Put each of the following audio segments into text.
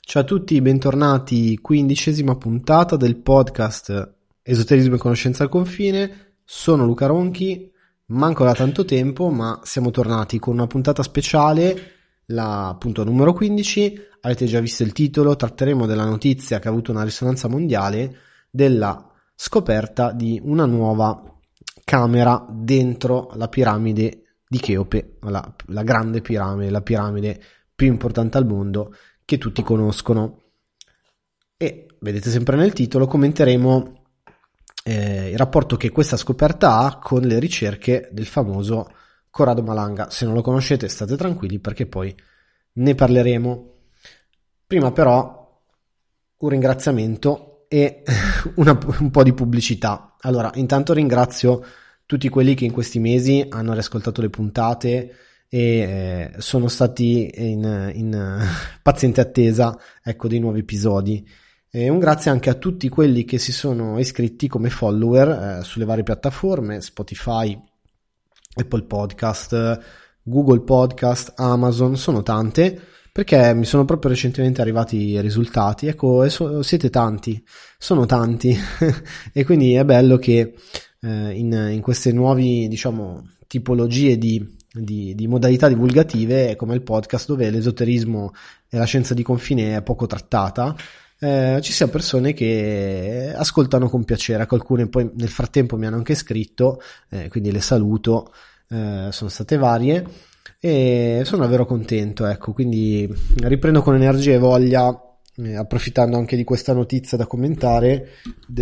Ciao a tutti, bentornati, 15ª puntata del podcast Esoterismo e Conoscenza al Confine. Sono Luca Ronchi, manco da tanto tempo, ma siamo tornati con una puntata speciale, la appunto numero 15. Avete già visto il titolo, tratteremo della notizia che ha avuto una risonanza mondiale della scoperta di una nuova camera dentro la piramide di Cheope, la grande piramide, la piramide più importante al mondo, che tutti conoscono. E vedete sempre nel titolo, commenteremo il rapporto che questa scoperta ha con le ricerche del famoso Corrado Malanga. Se non lo conoscete state tranquilli, perché poi ne parleremo. Prima però un ringraziamento e un po' di pubblicità. Allora, intanto ringrazio tutti quelli che in questi mesi hanno riascoltato le puntate e sono stati in paziente attesa, ecco, dei nuovi episodi. E un grazie anche a tutti quelli che si sono iscritti come follower sulle varie piattaforme: Spotify, Apple Podcast, Google Podcast, Amazon. Sono tante, perché mi sono proprio recentemente arrivati i risultati, ecco, e siete tanti, sono tanti e quindi è bello che in queste nuove, diciamo, tipologie di modalità divulgative come il podcast, dove l'esoterismo e la scienza di confine è poco trattata, ci sia persone che ascoltano con piacere. Alcune poi nel frattempo mi hanno anche scritto, quindi le saluto, sono state varie e sono davvero contento, ecco. Quindi riprendo con energia e voglia, approfittando anche di questa notizia da commentare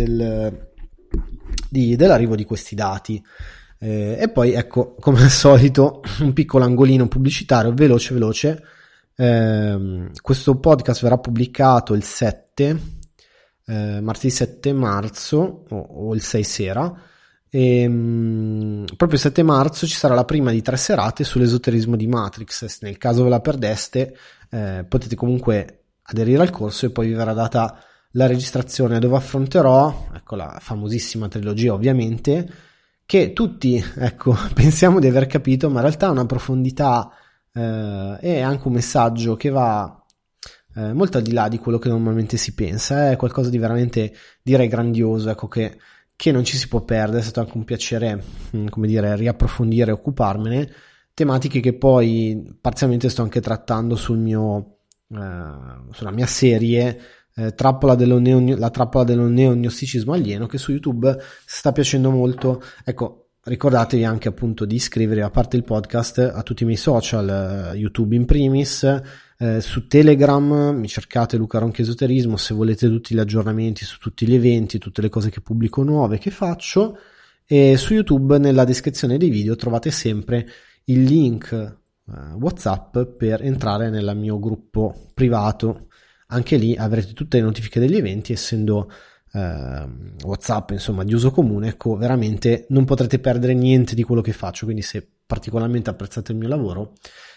dell'arrivo di questi dati. E poi ecco, come al solito, un piccolo angolino pubblicitario veloce. Questo podcast verrà pubblicato il 7 martedì 7 marzo o il 6 sera, e proprio il 7 marzo ci sarà la prima di 3 serate sull'esoterismo di Matrix. Nel caso ve la perdeste, potete comunque aderire al corso e poi vi verrà data la registrazione, dove affronterò, ecco, la famosissima trilogia, ovviamente, che tutti, ecco, pensiamo di aver capito, ma in realtà ha una profondità e anche un messaggio che va molto al di là di quello che normalmente si pensa. È qualcosa di veramente, direi, grandioso, ecco, che non ci si può perdere. È stato anche un piacere, come dire, riapprofondire e occuparmene, tematiche che poi parzialmente sto anche trattando sulla mia serie la trappola dello neognosticismo alieno, che su YouTube sta piacendo molto. Ecco, ricordatevi anche appunto di iscrivervi, a parte il podcast, a tutti i miei social, YouTube in primis, su Telegram mi cercate Luca Ronchi Esoterismo se volete tutti gli aggiornamenti su tutti gli eventi, tutte le cose che pubblico nuove, che faccio. E su YouTube, nella descrizione dei video, trovate sempre il link WhatsApp per entrare nel mio gruppo privato. Anche lì avrete tutte le notifiche degli eventi, essendo WhatsApp insomma di uso comune. Ecco, veramente non potrete perdere niente di quello che faccio, quindi se particolarmente apprezzate il mio lavoro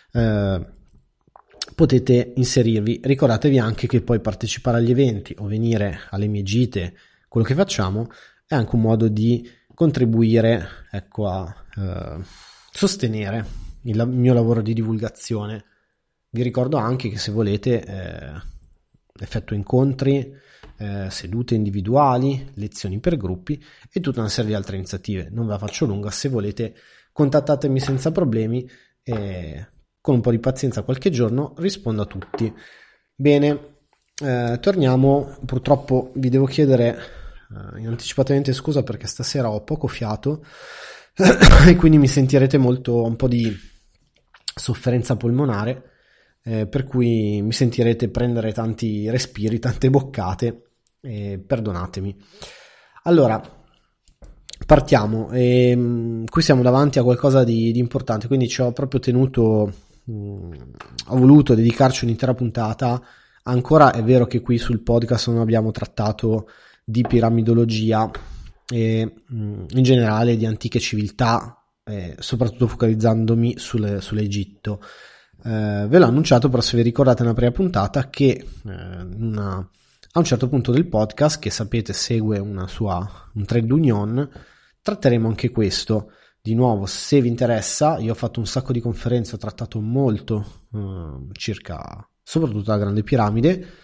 potete inserirvi. Ricordatevi anche che poi partecipare agli eventi o venire alle mie gite, quello che facciamo, è anche un modo di contribuire, ecco, a sostenere il mio lavoro di divulgazione. Vi ricordo anche che se volete effettuo incontri, sedute individuali, lezioni per gruppi e tutta una serie di altre iniziative. Non ve la faccio lunga, se volete contattatemi senza problemi e con un po' di pazienza qualche giorno rispondo a tutti. Bene, torniamo. Purtroppo vi devo chiedere anticipatamente scusa, perché stasera ho poco fiato e quindi mi sentirete molto, un po' di sofferenza polmonare, per cui mi sentirete prendere tanti respiri, tante boccate, perdonatemi. Allora, partiamo. Qui siamo davanti a qualcosa di importante, quindi ci ho proprio tenuto, ho voluto dedicarci un'intera puntata. Ancora è vero che qui sul podcast non abbiamo trattato di piramidologia e in generale di antiche civiltà, soprattutto focalizzandomi sull'Egitto. Ve l'ho annunciato, però se vi ricordate nella prima puntata che a un certo punto del podcast, che sapete segue un trade union, tratteremo anche questo. Di nuovo, se vi interessa, io ho fatto un sacco di conferenze, ho trattato molto circa soprattutto la Grande Piramide.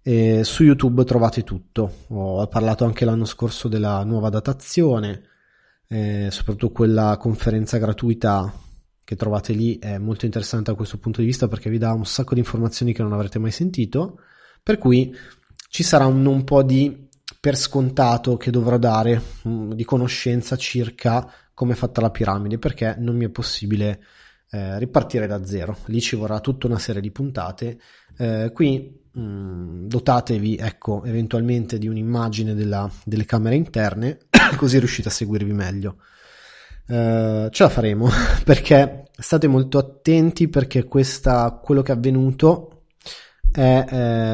Su YouTube trovate tutto. Ho parlato anche l'anno scorso della nuova datazione, soprattutto quella conferenza gratuita che trovate lì è molto interessante da questo punto di vista, perché vi dà un sacco di informazioni che non avrete mai sentito, per cui ci sarà un po' di per scontato che dovrò dare di conoscenza circa come è fatta la piramide, perché non mi è possibile ripartire da zero. Lì ci vorrà tutta una serie di puntate. Qui dotatevi, ecco, eventualmente di un'immagine delle camere interne così riuscite a seguirvi meglio. Ce la faremo perché state molto attenti, perché quello che è avvenuto è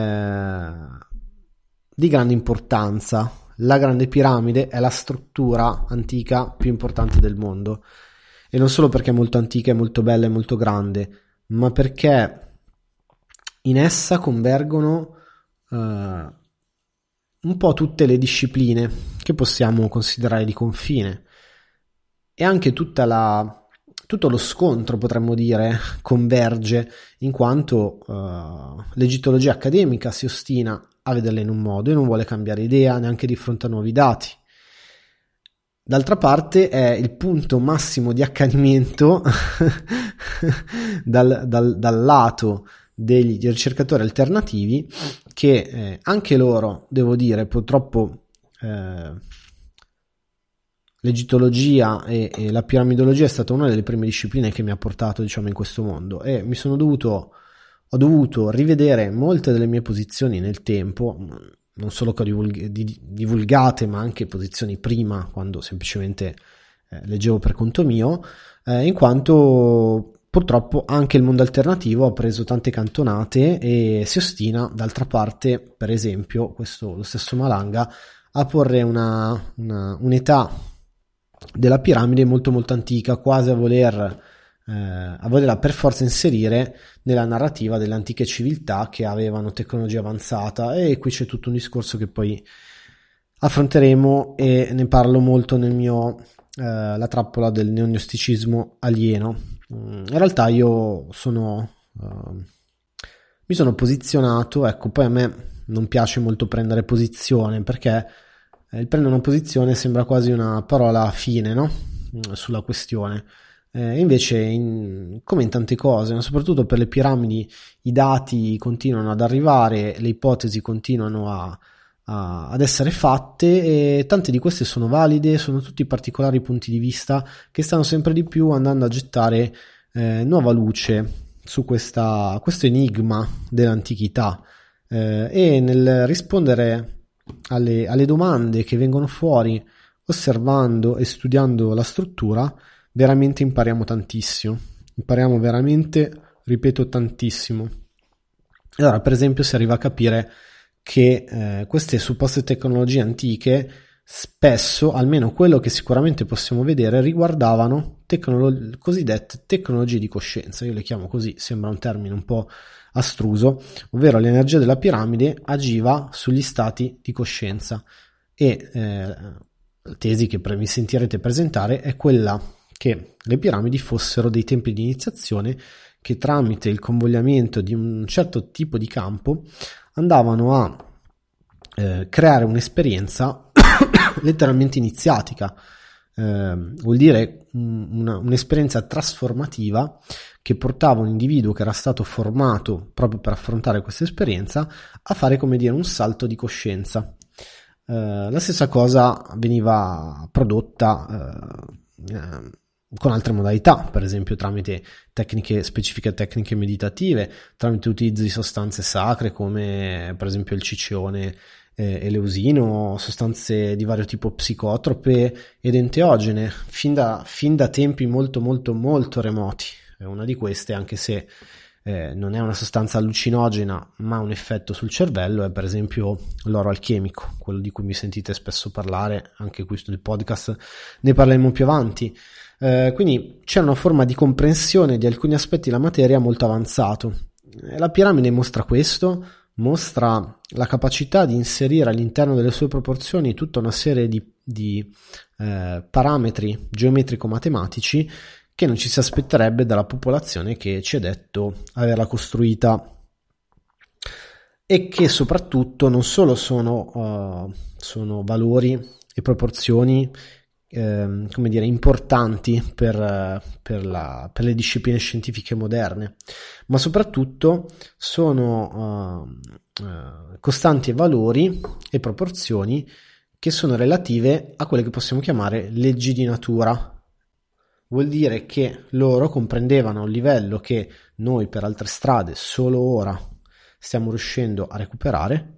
di grande importanza. La Grande Piramide è la struttura antica più importante del mondo, e non solo perché è molto antica, è molto bella e molto grande, ma perché in essa convergono un po' tutte le discipline che possiamo considerare di confine, e anche tutto lo scontro, potremmo dire, converge, in quanto l'egittologia accademica si ostina a vederla in un modo e non vuole cambiare idea neanche di fronte a nuovi dati. D'altra parte è il punto massimo di accanimento dal lato degli ricercatori alternativi, che anche loro, devo dire, purtroppo l'egittologia e la piramidologia è stata una delle prime discipline che mi ha portato, diciamo, in questo mondo, e ho dovuto rivedere molte delle mie posizioni nel tempo, non solo che ho divulgate, ma anche posizioni prima, quando semplicemente leggevo per conto mio, in quanto purtroppo anche il mondo alternativo ha preso tante cantonate e si ostina, d'altra parte, per esempio, lo stesso Malanga, a porre un'età della piramide molto molto antica, quasi a volerla per forza inserire nella narrativa delle antiche civiltà che avevano tecnologia avanzata. E qui c'è tutto un discorso che poi affronteremo, e ne parlo molto nel mio la trappola del neognosticismo alieno. In realtà io mi sono posizionato, ecco, poi a me non piace molto prendere posizione, perché il prendere una posizione sembra quasi una parola fine, no? Sulla questione. Invece, come in tante cose, soprattutto per le piramidi, i dati continuano ad arrivare, le ipotesi continuano ad essere fatte, e tante di queste sono valide, sono tutti particolari punti di vista che stanno sempre di più andando a gettare nuova luce su questo enigma dell'antichità, e nel rispondere alle domande che vengono fuori osservando e studiando la struttura, veramente impariamo tantissimo, impariamo veramente, ripeto, tantissimo. Allora, per esempio, si arriva a capire che queste supposte tecnologie antiche spesso, almeno quello che sicuramente possiamo vedere, riguardavano cosiddette tecnologie di coscienza. Io le chiamo così, sembra un termine un po' astruso, ovvero l'energia della piramide agiva sugli stati di coscienza, e la tesi che mi sentirete presentare è quella che le piramidi fossero dei templi di iniziazione che, tramite il convogliamento di un certo tipo di campo, andavano a creare un'esperienza letteralmente iniziatica, vuol dire un'esperienza trasformativa che portava un individuo che era stato formato proprio per affrontare questa esperienza a fare, come dire, un salto di coscienza. La stessa cosa veniva prodotta con altre modalità, per esempio tramite specifiche tecniche meditative, tramite utilizzo di sostanze sacre come per esempio il ciccione eleusino, sostanze di vario tipo psicotrope ed enteogene, fin da tempi molto molto molto remoti. Una di queste, anche se non è una sostanza allucinogena ma ha un effetto sul cervello, è per esempio l'oro alchemico, quello di cui mi sentite spesso parlare, anche qui sul podcast ne parleremo più avanti. Quindi c'è una forma di comprensione di alcuni aspetti della materia molto avanzato. La piramide mostra questo, mostra la capacità di inserire all'interno delle sue proporzioni tutta una serie di parametri geometrico-matematici che non ci si aspetterebbe dalla popolazione che ci è detto averla costruita. e che soprattutto non solo sono valori e proporzioni come dire, importanti per le discipline scientifiche moderne, ma soprattutto sono costanti e valori e proporzioni che sono relative a quelle che possiamo chiamare leggi di natura. Vuol dire che loro comprendevano un livello che noi per altre strade solo ora stiamo riuscendo a recuperare,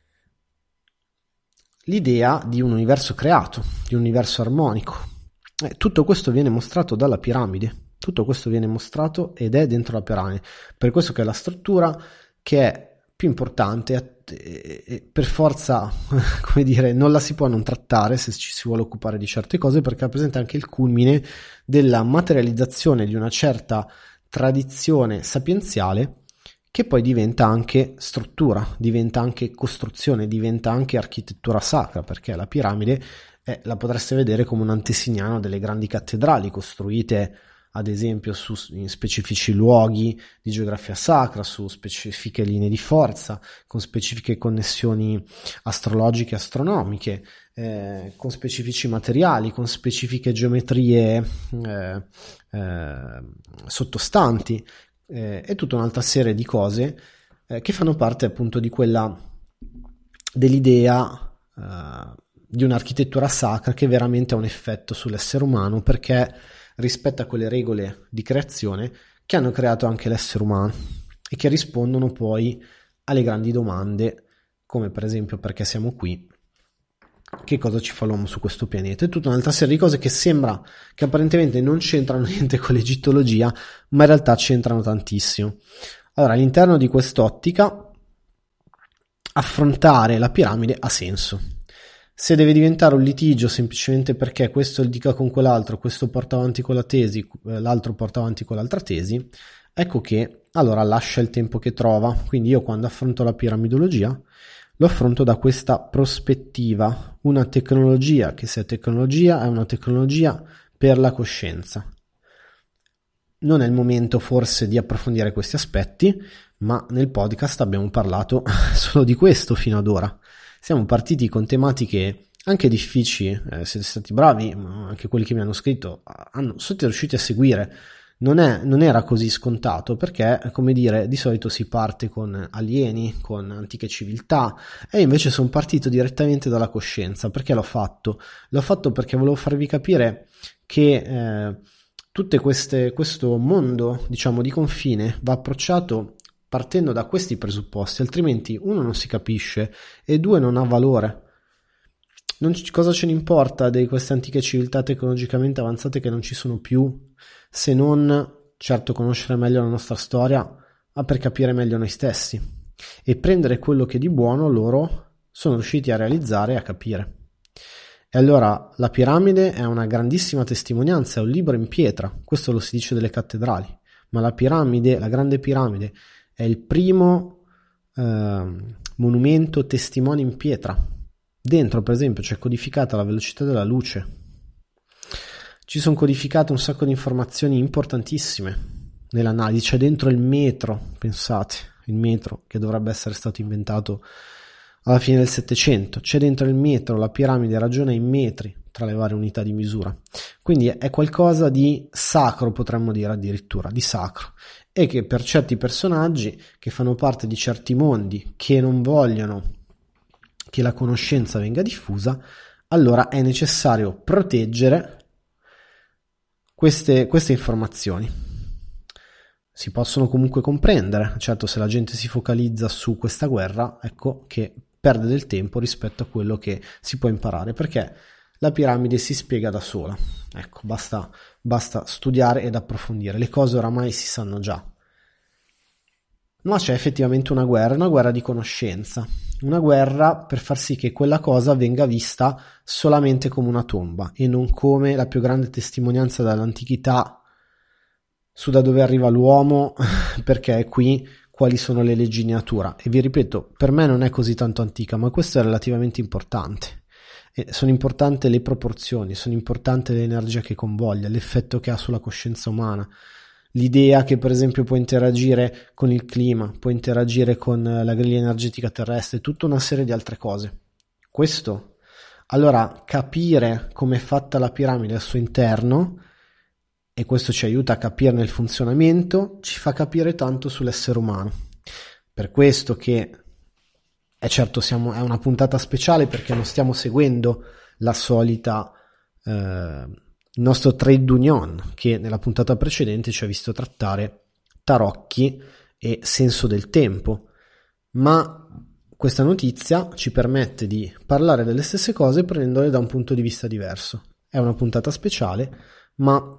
l'idea di un universo creato, di un universo armonico. Tutto questo viene mostrato dalla piramide, tutto questo viene mostrato ed è dentro la piramide, per questo che è la struttura che è più importante e per forza, come dire, non la si può non trattare se ci si vuole occupare di certe cose, perché rappresenta anche il culmine della materializzazione di una certa tradizione sapienziale che poi diventa anche struttura, diventa anche costruzione, diventa anche architettura sacra, perché la piramide la potreste vedere come un antesignano delle grandi cattedrali costruite ad esempio in specifici luoghi di geografia sacra, su specifiche linee di forza, con specifiche connessioni astrologiche e astronomiche, con specifici materiali, con specifiche geometrie sottostanti, e tutta un'altra serie di cose che fanno parte appunto di quella dell'idea di un'architettura sacra che veramente ha un effetto sull'essere umano, perché rispetta quelle regole di creazione che hanno creato anche l'essere umano e che rispondono poi alle grandi domande, come per esempio perché siamo qui, che cosa ci fa l'uomo su questo pianeta, e tutta un'altra serie di cose che sembra che apparentemente non c'entrano niente con l'egittologia, ma in realtà c'entrano tantissimo. Allora, all'interno di quest'ottica affrontare la piramide ha senso. Se deve diventare un litigio semplicemente perché questo litiga con quell'altro, questo porta avanti con la tesi, l'altro porta avanti con l'altra tesi, ecco che allora lascia il tempo che trova. Quindi io quando affronto la piramidologia lo affronto da questa prospettiva, una tecnologia che, se è tecnologia, è una tecnologia per la coscienza. Non è il momento forse di approfondire questi aspetti, ma nel podcast abbiamo parlato solo di questo fino ad ora. Siamo partiti con tematiche anche difficili, siete stati bravi, ma anche quelli che mi hanno scritto sono riusciti a seguire. Non era così scontato, perché, come dire, di solito si parte con alieni, con antiche civiltà, e invece sono partito direttamente dalla coscienza. Perché l'ho fatto? L'ho fatto perché volevo farvi capire che questo mondo, diciamo, di confine va approcciato partendo da questi presupposti, altrimenti uno non si capisce e due non ha valore. Cosa ce ne importa di queste antiche civiltà tecnologicamente avanzate che non ci sono più, se non, certo, conoscere meglio la nostra storia, ma per capire meglio noi stessi e prendere quello che di buono loro sono riusciti a realizzare e a capire. E allora la piramide è una grandissima testimonianza, è un libro in pietra, questo lo si dice delle cattedrali, ma la piramide, la grande piramide, è il primo monumento testimone in pietra. Dentro, per esempio, c'è codificata la velocità della luce. Ci sono codificate un sacco di informazioni importantissime nell'analisi. C'è dentro il metro, pensate, il metro che dovrebbe essere stato inventato alla fine del Settecento. C'è dentro il metro, la piramide ragiona in metri tra le varie unità di misura. Quindi è qualcosa di sacro, potremmo dire addirittura, di sacro. E che per certi personaggi che fanno parte di certi mondi che non vogliono che la conoscenza venga diffusa, allora è necessario proteggere queste informazioni. Si possono comunque comprendere, certo, se la gente si focalizza su questa guerra, ecco che perde del tempo rispetto a quello che si può imparare, perché la piramide si spiega da sola. Ecco, basta studiare ed approfondire, le cose oramai si sanno già. Ma c'è effettivamente una guerra di conoscenza, una guerra per far sì che quella cosa venga vista solamente come una tomba e non come la più grande testimonianza dall'antichità su da dove arriva l'uomo, perché è qui, quali sono le leggi di natura. E vi ripeto, per me non è così tanto antica, ma questo è relativamente importante. E sono importanti le proporzioni, sono importanti l'energia che convoglia, l'effetto che ha sulla coscienza umana. l'idea che per esempio può interagire con il clima, può interagire con la griglia energetica terrestre, tutta una serie di altre cose. Questo, allora, capire come è fatta la piramide al suo interno, e questo ci aiuta a capirne il funzionamento, ci fa capire tanto sull'essere umano. Per questo che è certo è una puntata speciale, perché non stiamo seguendo la solita il nostro trade union che nella puntata precedente ci ha visto trattare tarocchi e senso del tempo, ma questa notizia ci permette di parlare delle stesse cose prendendole da un punto di vista diverso. È una puntata speciale, ma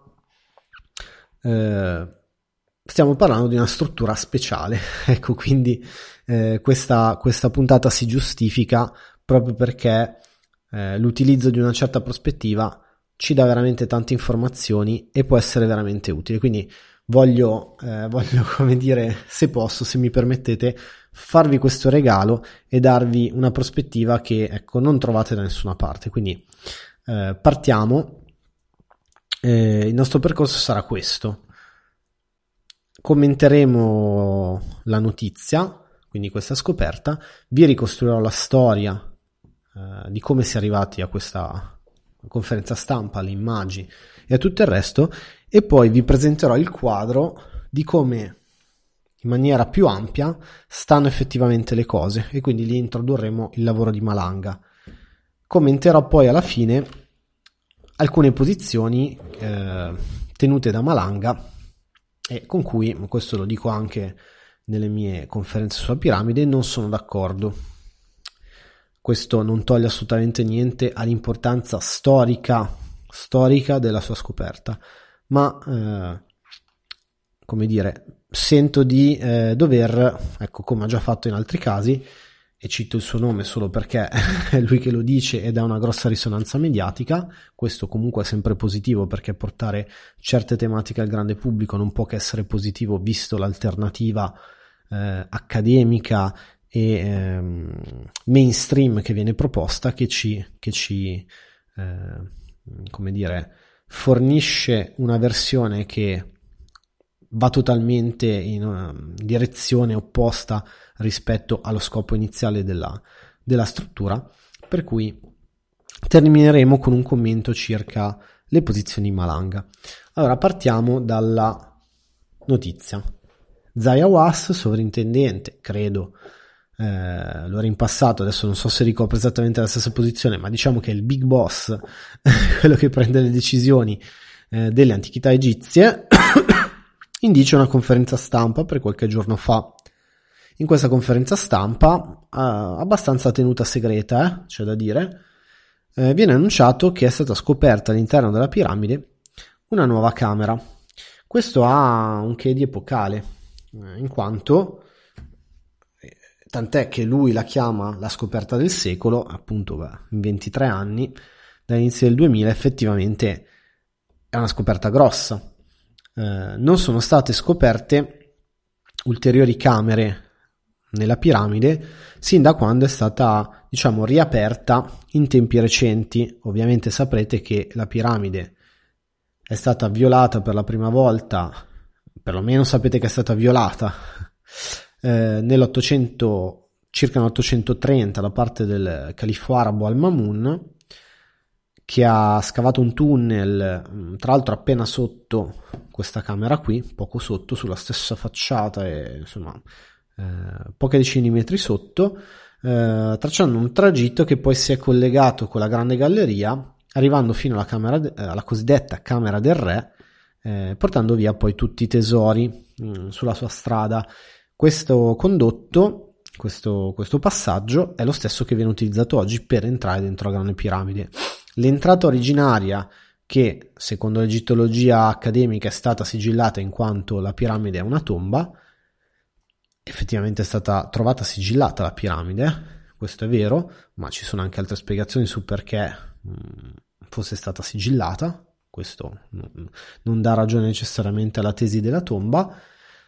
stiamo parlando di una struttura speciale, ecco, quindi questa puntata si giustifica proprio perché l'utilizzo di una certa prospettiva ci dà veramente tante informazioni e può essere veramente utile. Quindi voglio come dire, se posso, se mi permettete, farvi questo regalo e darvi una prospettiva che, ecco, non trovate da nessuna parte. Quindi partiamo. Il nostro percorso sarà questo: commenteremo la notizia, quindi questa scoperta, vi ricostruirò la storia di come si è arrivati a questa conferenza stampa, alle immagini e a tutto il resto, e poi vi presenterò il quadro di come in maniera più ampia stanno effettivamente le cose, e quindi lì introdurremo il lavoro di Malanga. Commenterò poi alla fine alcune posizioni tenute da Malanga e con cui, questo lo dico anche nelle mie conferenze sulla piramide, non sono d'accordo. Questo non toglie assolutamente niente all'importanza storica della sua scoperta, ma come dire, sento di dover, ecco, come ho già fatto in altri casi, e cito il suo nome solo perché è lui che lo dice ed ha una grossa risonanza mediatica. Questo comunque è sempre positivo, perché portare certe tematiche al grande pubblico non può che essere positivo, visto l'alternativa accademica e mainstream che viene proposta, che ci come dire, fornisce una versione che va totalmente in una direzione opposta rispetto allo scopo iniziale della struttura, per cui termineremo con un commento circa le posizioni Malanga. Allora, partiamo dalla notizia. Zaya Was, sovrintendente, credo, lo era in passato, adesso non so se ricopre esattamente la stessa posizione, ma diciamo che è il big boss, quello che prende le decisioni delle antichità egizie, indice una conferenza stampa per qualche giorno fa. In questa conferenza stampa, abbastanza tenuta segreta, c'è da dire, viene annunciato che è stata scoperta all'interno della piramide una nuova camera. Questo ha un che di epocale, in quanto, tant'è che lui la chiama la scoperta del secolo, appunto in 23 anni, dall'inizio del 2000, effettivamente è una scoperta grossa. Non sono state scoperte ulteriori camere nella piramide sin da quando è stata, diciamo, riaperta in tempi recenti. Ovviamente saprete che la piramide è stata violata per la prima volta, perlomeno sapete che è stata violata nell'800, circa nell'830, da parte del califfo arabo Al-Mamun, che ha scavato un tunnel, tra l'altro appena sotto questa camera qui, poco sotto, sulla stessa facciata, e insomma poche decine di metri sotto, tracciando un tragitto che poi si è collegato con la grande galleria, arrivando fino alla cosiddetta camera del re, portando via poi tutti i tesori sulla sua strada. Questo condotto, questo passaggio, è lo stesso che viene utilizzato oggi per entrare dentro la grande piramide. L'entrata originaria, che secondo l'egittologia accademica è stata sigillata in quanto la piramide è una tomba, effettivamente è stata trovata sigillata la piramide, questo è vero, ma ci sono anche altre spiegazioni su perché fosse stata sigillata. Questo non dà ragione necessariamente alla tesi della tomba.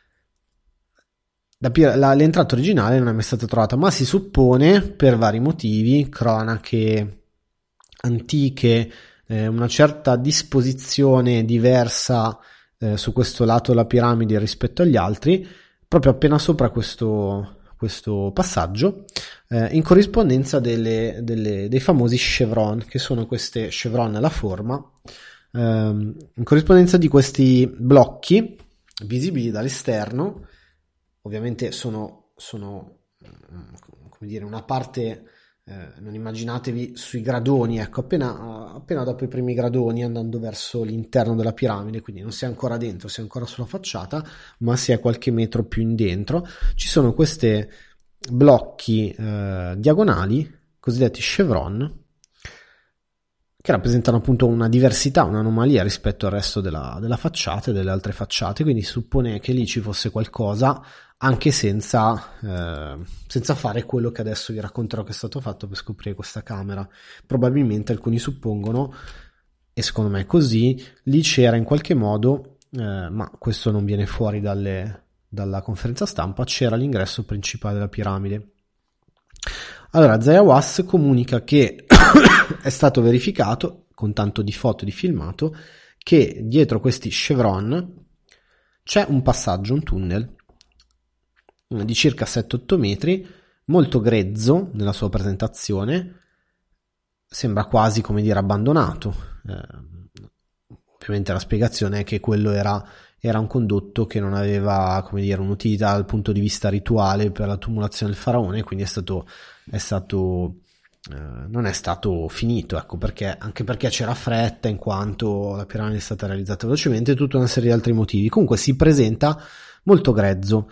L'entrata originale non è mai stata trovata, ma si suppone, per vari motivi, cronache antiche, una certa disposizione diversa su questo lato della piramide rispetto agli altri, proprio appena sopra questo passaggio, in corrispondenza dei famosi chevron, che sono queste chevron alla forma, in corrispondenza di questi blocchi visibili dall'esterno. Ovviamente sono come dire, una parte, non immaginatevi sui gradoni, ecco, appena dopo i primi gradoni, andando verso l'interno della piramide, quindi non si è ancora dentro, si è ancora sulla facciata, ma si è qualche metro più in dentro. Ci sono questi blocchi diagonali, cosiddetti chevron, che rappresentano appunto una diversità, un'anomalia rispetto al resto della facciata e delle altre facciate, quindi si suppone che lì ci fosse qualcosa, anche senza fare quello che adesso vi racconterò che è stato fatto per scoprire questa camera. Probabilmente alcuni suppongono, e secondo me è così, lì c'era in qualche modo, ma questo non viene fuori dalla conferenza stampa, c'era l'ingresso principale della piramide. Allora Zaya Hawass comunica che è stato verificato, con tanto di foto e di filmato, che dietro questi chevron c'è un passaggio, un tunnel di circa 7-8 metri, molto grezzo nella sua presentazione, sembra quasi, come dire, abbandonato. Ovviamente la spiegazione è che quello era un condotto che non aveva, come dire, un'utilità dal punto di vista rituale per la tumulazione del faraone, quindi non è stato finito, ecco, anche perché c'era fretta, in quanto la piramide è stata realizzata velocemente, e tutta una serie di altri motivi. Comunque si presenta molto grezzo,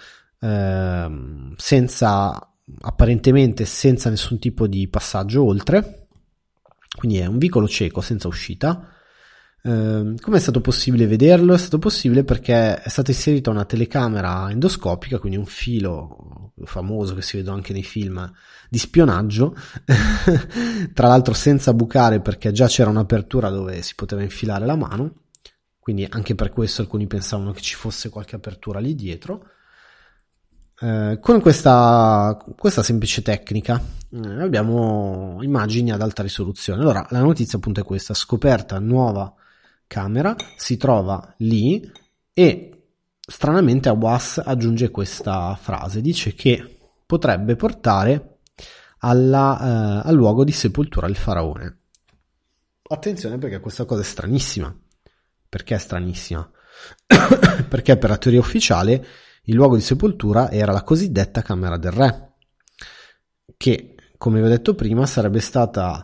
apparentemente senza nessun tipo di passaggio oltre, quindi è un vicolo cieco senza uscita. Come è stato possibile vederlo? È stato possibile perché è stata inserita una telecamera endoscopica, quindi un filo famoso che si vede anche nei film di spionaggio, tra l'altro senza bucare, perché già c'era un'apertura dove si poteva infilare la mano, quindi anche per questo alcuni pensavano che ci fosse qualche apertura lì dietro. Con questa semplice tecnica abbiamo immagini ad alta risoluzione. Allora la notizia appunto è questa: scoperta nuova camera, si trova lì, e stranamente Hawass aggiunge questa frase, dice che potrebbe portare al luogo di sepoltura del faraone. Attenzione, perché questa cosa è stranissima. Perché è stranissima? Perché per la teoria ufficiale il luogo di sepoltura era la cosiddetta camera del re, che, come vi ho detto prima, sarebbe stata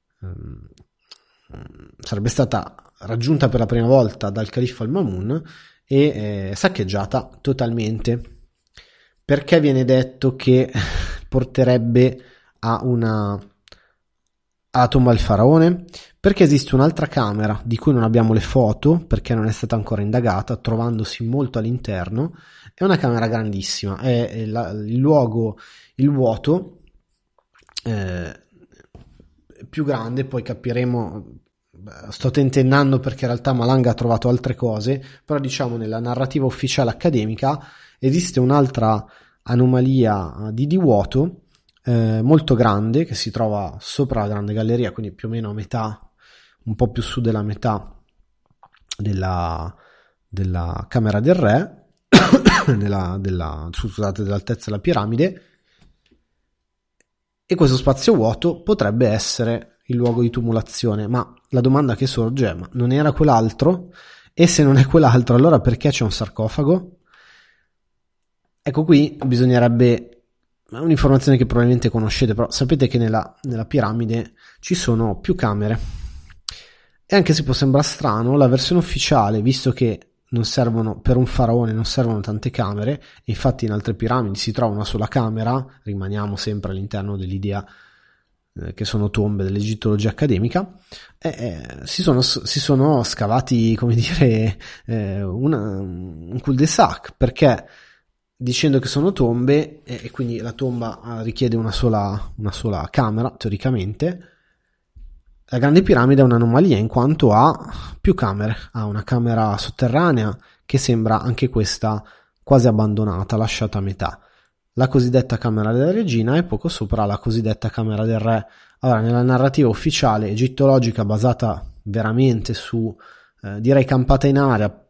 raggiunta per la prima volta dal califfo al-Mamun e saccheggiata totalmente. Perché viene detto che porterebbe alla tomba del faraone? Perché esiste un'altra camera di cui non abbiamo le foto, perché non è stata ancora indagata, trovandosi molto all'interno. È una camera grandissima, è il luogo, il vuoto più grande. Poi capiremo, sto tentennando perché in realtà Malanga ha trovato altre cose, però diciamo nella narrativa ufficiale accademica esiste un'altra anomalia di vuoto molto grande, che si trova sopra la grande galleria, quindi più o meno a metà, un po' più su della metà della camera del re, dell'altezza della piramide. E questo spazio vuoto potrebbe essere il luogo di tumulazione, ma la domanda che sorge è: ma non era quell'altro? E se non è quell'altro, allora perché c'è un sarcofago? Ecco, qui bisognerebbe, un'informazione che probabilmente conoscete, però sapete che nella piramide ci sono più camere, e anche se può sembrare strano, la versione ufficiale, visto che non servono, per un faraone non servono tante camere, e infatti in altre piramidi si trova una sola camera, rimaniamo sempre all'interno dell'idea che sono tombe dell'egittologia accademica, si sono scavati, come dire, un cul-de-sac, perché dicendo che sono tombe, e quindi la tomba richiede una sola camera teoricamente, la grande piramide è un'anomalia in quanto ha più camere, ha una camera sotterranea che sembra anche questa quasi abbandonata, lasciata a metà, la cosiddetta camera della regina, e poco sopra la cosiddetta camera del re. Allora, nella narrativa ufficiale egittologica, basata veramente su direi campata in aria,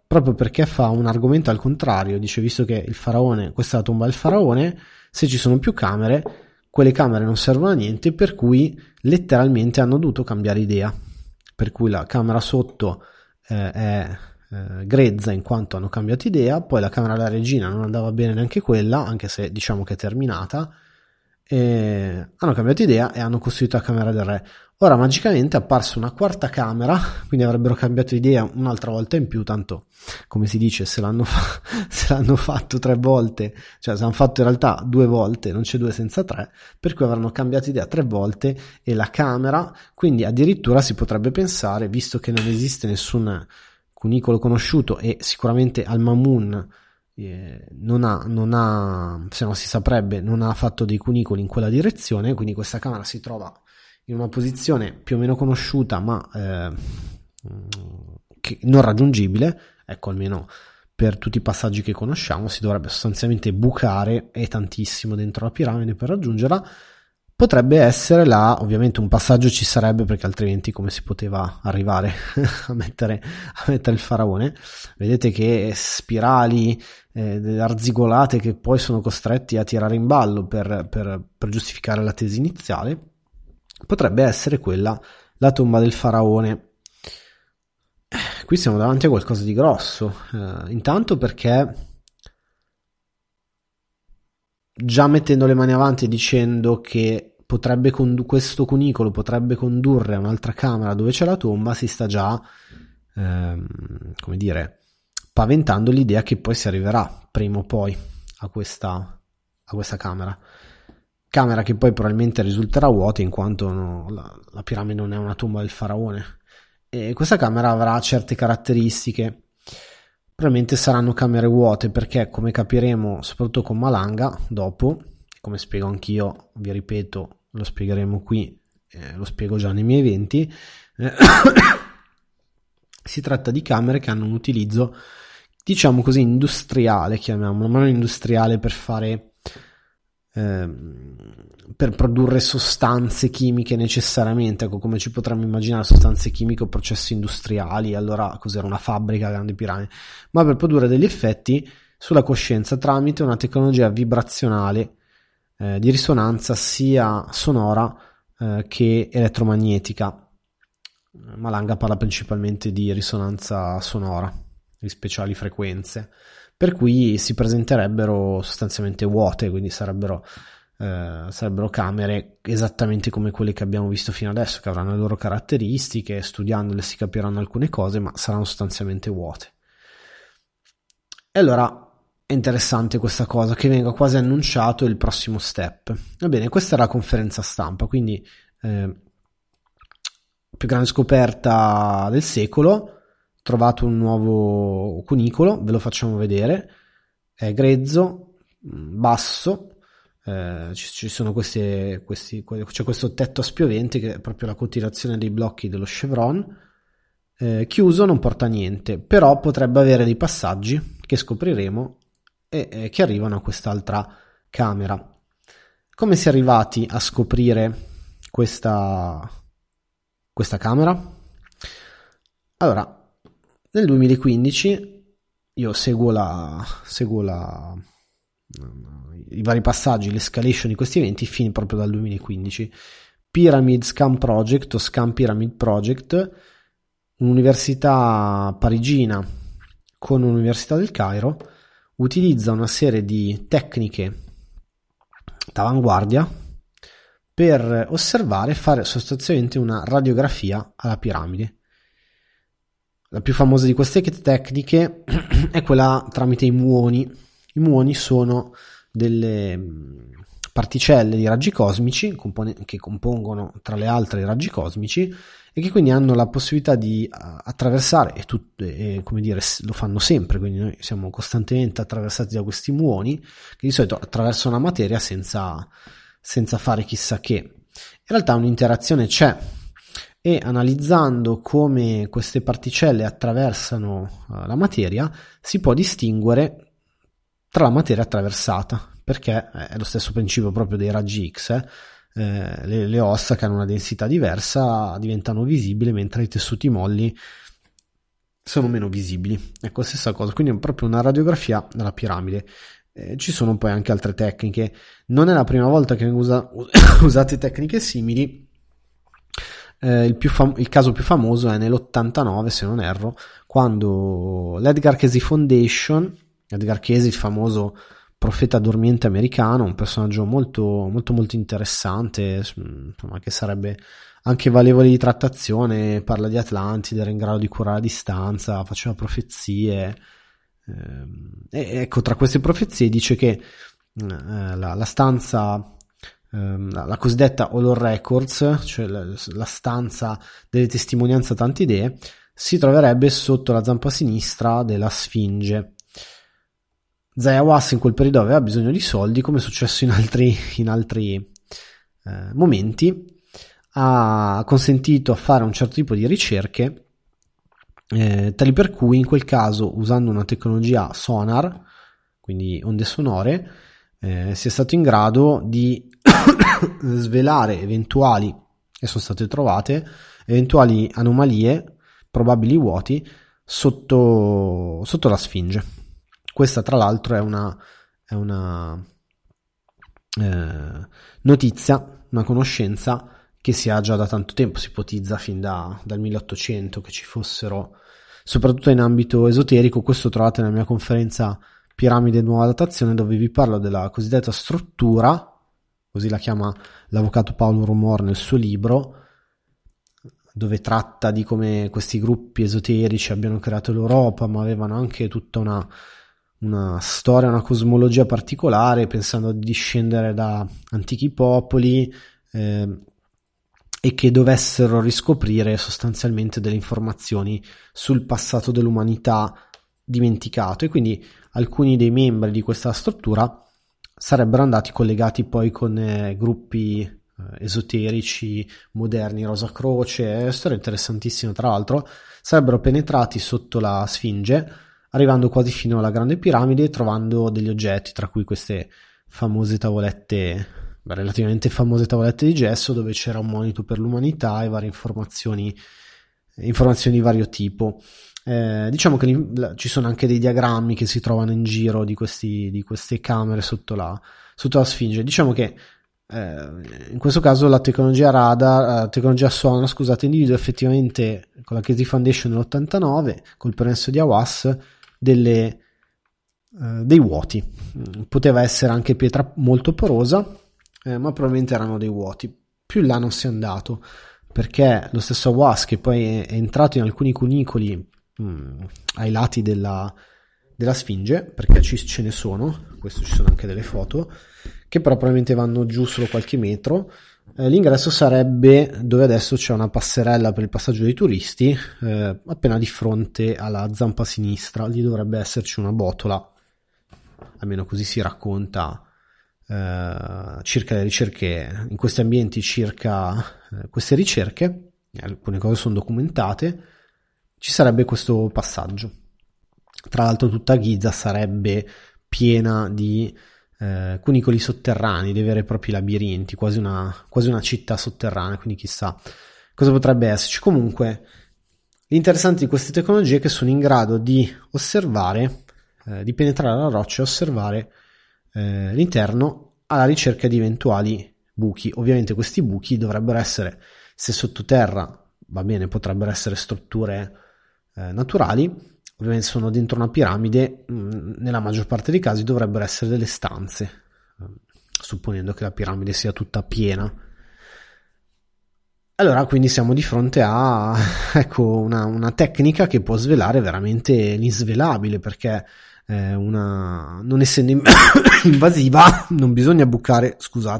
proprio perché fa un argomento al contrario, dice visto che il faraone, questa è la tomba del faraone, se ci sono più camere, quelle camere non servono a niente, per cui letteralmente hanno dovuto cambiare idea, per cui la camera sotto è grezza in quanto hanno cambiato idea, poi la camera della regina non andava bene neanche quella, anche se diciamo che è terminata, e hanno cambiato idea e hanno costruito la camera del re. Ora magicamente è apparsa una quarta camera, quindi avrebbero cambiato idea un'altra volta in più, tanto come si dice se l'hanno fatto 3 volte, cioè se hanno fatto in realtà 2 volte, non c'è 2 senza 3, per cui avranno cambiato idea 3 volte e la camera, quindi addirittura si potrebbe pensare, visto che non esiste nessun cunicolo conosciuto e sicuramente Al-Mamun non ha, se no si saprebbe, non ha fatto dei cunicoli in quella direzione, quindi questa camera si trova in una posizione più o meno conosciuta ma non raggiungibile, ecco, almeno per tutti i passaggi che conosciamo si dovrebbe sostanzialmente bucare e tantissimo dentro la piramide per raggiungerla. Potrebbe essere là, ovviamente un passaggio ci sarebbe, perché altrimenti come si poteva arrivare a mettere il faraone? Vedete che spirali arzigolate che poi sono costretti a tirare in ballo per giustificare la tesi iniziale. Potrebbe essere quella la tomba del faraone. Qui siamo davanti a qualcosa di grosso, intanto perché già mettendo le mani avanti e dicendo che questo cunicolo potrebbe condurre a un'altra camera dove c'è la tomba, si sta già come dire, paventando l'idea che poi si arriverà prima o poi a questa camera che poi probabilmente risulterà vuota, in quanto la piramide non è una tomba del faraone, e questa camera avrà certe caratteristiche. Probabilmente saranno camere vuote, perché come capiremo soprattutto con Malanga dopo, come spiego anch'io, vi ripeto, lo spiegheremo qui, lo spiego già nei miei eventi, si tratta di camere che hanno un utilizzo, diciamo così, industriale, chiamiamolo, ma non industriale per fare per produrre sostanze chimiche necessariamente, ecco, come ci potremmo immaginare sostanze chimiche o processi industriali, allora cos'era una fabbrica, grandi piramidi, ma per produrre degli effetti sulla coscienza tramite una tecnologia vibrazionale di risonanza sia sonora che elettromagnetica. Malanga parla principalmente di risonanza sonora, di speciali frequenze, per cui si presenterebbero sostanzialmente vuote, quindi sarebbero camere esattamente come quelle che abbiamo visto fino adesso, che avranno le loro caratteristiche, studiandole si capiranno alcune cose, ma saranno sostanzialmente vuote. E allora è interessante questa cosa, che venga quasi annunciato il prossimo step. Va bene, questa è la conferenza stampa, quindi più grande scoperta del secolo, trovato un nuovo cunicolo, ve lo facciamo vedere, è grezzo, basso, ci sono c'è questo tetto a spioventi che è proprio la continuazione dei blocchi dello chevron, chiuso, non porta a niente, però potrebbe avere dei passaggi che scopriremo e che arrivano a quest'altra camera. Come si è arrivati a scoprire questa camera? Allora, nel 2015 io seguo i vari passaggi, l'escalation di questi eventi fin proprio dal 2015. Pyramid Scam Project o Scam Pyramid Project, un'università parigina con l'Università del Cairo, utilizza una serie di tecniche d'avanguardia per osservare e fare sostanzialmente una radiografia alla piramide. La più famosa di queste tecniche è quella tramite i muoni. I muoni sono delle particelle di raggi cosmici che compongono tra le altre i raggi cosmici e che quindi hanno la possibilità di attraversare e come dire, lo fanno sempre, quindi noi siamo costantemente attraversati da questi muoni che di solito attraversano la materia senza fare chissà che. In realtà un'interazione c'è, e analizzando come queste particelle attraversano la materia si può distinguere tra la materia attraversata, perché è lo stesso principio proprio dei raggi X, le ossa che hanno una densità diversa diventano visibili mentre i tessuti molli sono meno visibili. Ecco, stessa cosa, quindi è proprio una radiografia della piramide. Ci sono poi anche altre tecniche. Non è la prima volta che vengono usate tecniche simili. Il caso più famoso è nell'89, se non erro, quando l'Edgar Cayce Foundation, Edgar Cayce, il famoso profeta dormiente americano, un personaggio molto molto molto interessante, insomma, che sarebbe anche valevole di trattazione, parla di Atlantide, era in grado di curare a distanza, faceva profezie, e ecco, tra queste profezie dice che la stanza, la cosiddetta Hall of Records, cioè la stanza delle testimonianze a tante idee, si troverebbe sotto la zampa sinistra della Sfinge. Isaiah Wass in quel periodo aveva bisogno di soldi, come è successo in altri momenti, ha consentito a fare un certo tipo di ricerche, tali per cui in quel caso, usando una tecnologia sonar, quindi onde sonore, si è stato in grado di svelare eventuali, e sono state trovate, eventuali anomalie, probabili vuoti, sotto la Sfinge. Questa tra l'altro è una notizia, una conoscenza che si ha già da tanto tempo, si ipotizza fin dal 1800 che ci fossero, soprattutto in ambito esoterico. Questo trovate nella mia conferenza Piramide Nuova Datazione, dove vi parlo della cosiddetta struttura, così la chiama l'avvocato Paolo Rumor nel suo libro, dove tratta di come questi gruppi esoterici abbiano creato l'Europa, ma avevano anche tutta una storia, una cosmologia particolare, pensando di discendere da antichi popoli, e che dovessero riscoprire sostanzialmente delle informazioni sul passato dell'umanità dimenticato, e quindi alcuni dei membri di questa struttura sarebbero andati collegati poi con gruppi esoterici moderni, Rosa Croce, storia interessantissima tra l'altro, sarebbero penetrati sotto la Sfinge, arrivando quasi fino alla Grande Piramide, trovando degli oggetti, tra cui queste famose tavolette, relativamente famose tavolette di gesso, dove c'era un monito per l'umanità e varie informazioni di vario tipo. Diciamo che ci sono anche dei diagrammi che si trovano in giro di queste camere sotto la Sfinge. Diciamo che in questo caso la tecnologia sonar, individua effettivamente con la Cayce Foundation nell'89, col permesso di Hawass, dei vuoti. Poteva essere anche pietra molto porosa, ma probabilmente erano dei vuoti. Più in là non si è andato, perché lo stesso Hawass, che poi è entrato in alcuni cunicoli ai lati della Sfinge, perché ce ne sono, questo ci sono anche delle foto, che però probabilmente vanno giù solo qualche metro. L'ingresso sarebbe dove adesso c'è una passerella per il passaggio dei turisti, appena di fronte alla zampa sinistra. Lì dovrebbe esserci una botola, almeno così si racconta, circa le ricerche in questi ambienti, circa queste ricerche. Alcune cose sono documentate. Ci sarebbe questo passaggio. Tra l'altro tutta Giza sarebbe piena di cunicoli sotterranei, dei veri e propri labirinti, quasi una città sotterranea, quindi chissà cosa potrebbe esserci. Comunque l'interessante di queste tecnologie è che sono in grado di osservare, di penetrare la roccia e osservare l'interno alla ricerca di eventuali buchi. Ovviamente questi buchi dovrebbero essere, se sottoterra va bene, potrebbero essere strutture naturali. Ovviamente sono dentro una piramide, nella maggior parte dei casi dovrebbero essere delle stanze, supponendo che la piramide sia tutta piena. Allora quindi siamo di fronte a una tecnica che può svelare veramente l'insvelabile, perché non essendo invasiva non bisogna bucare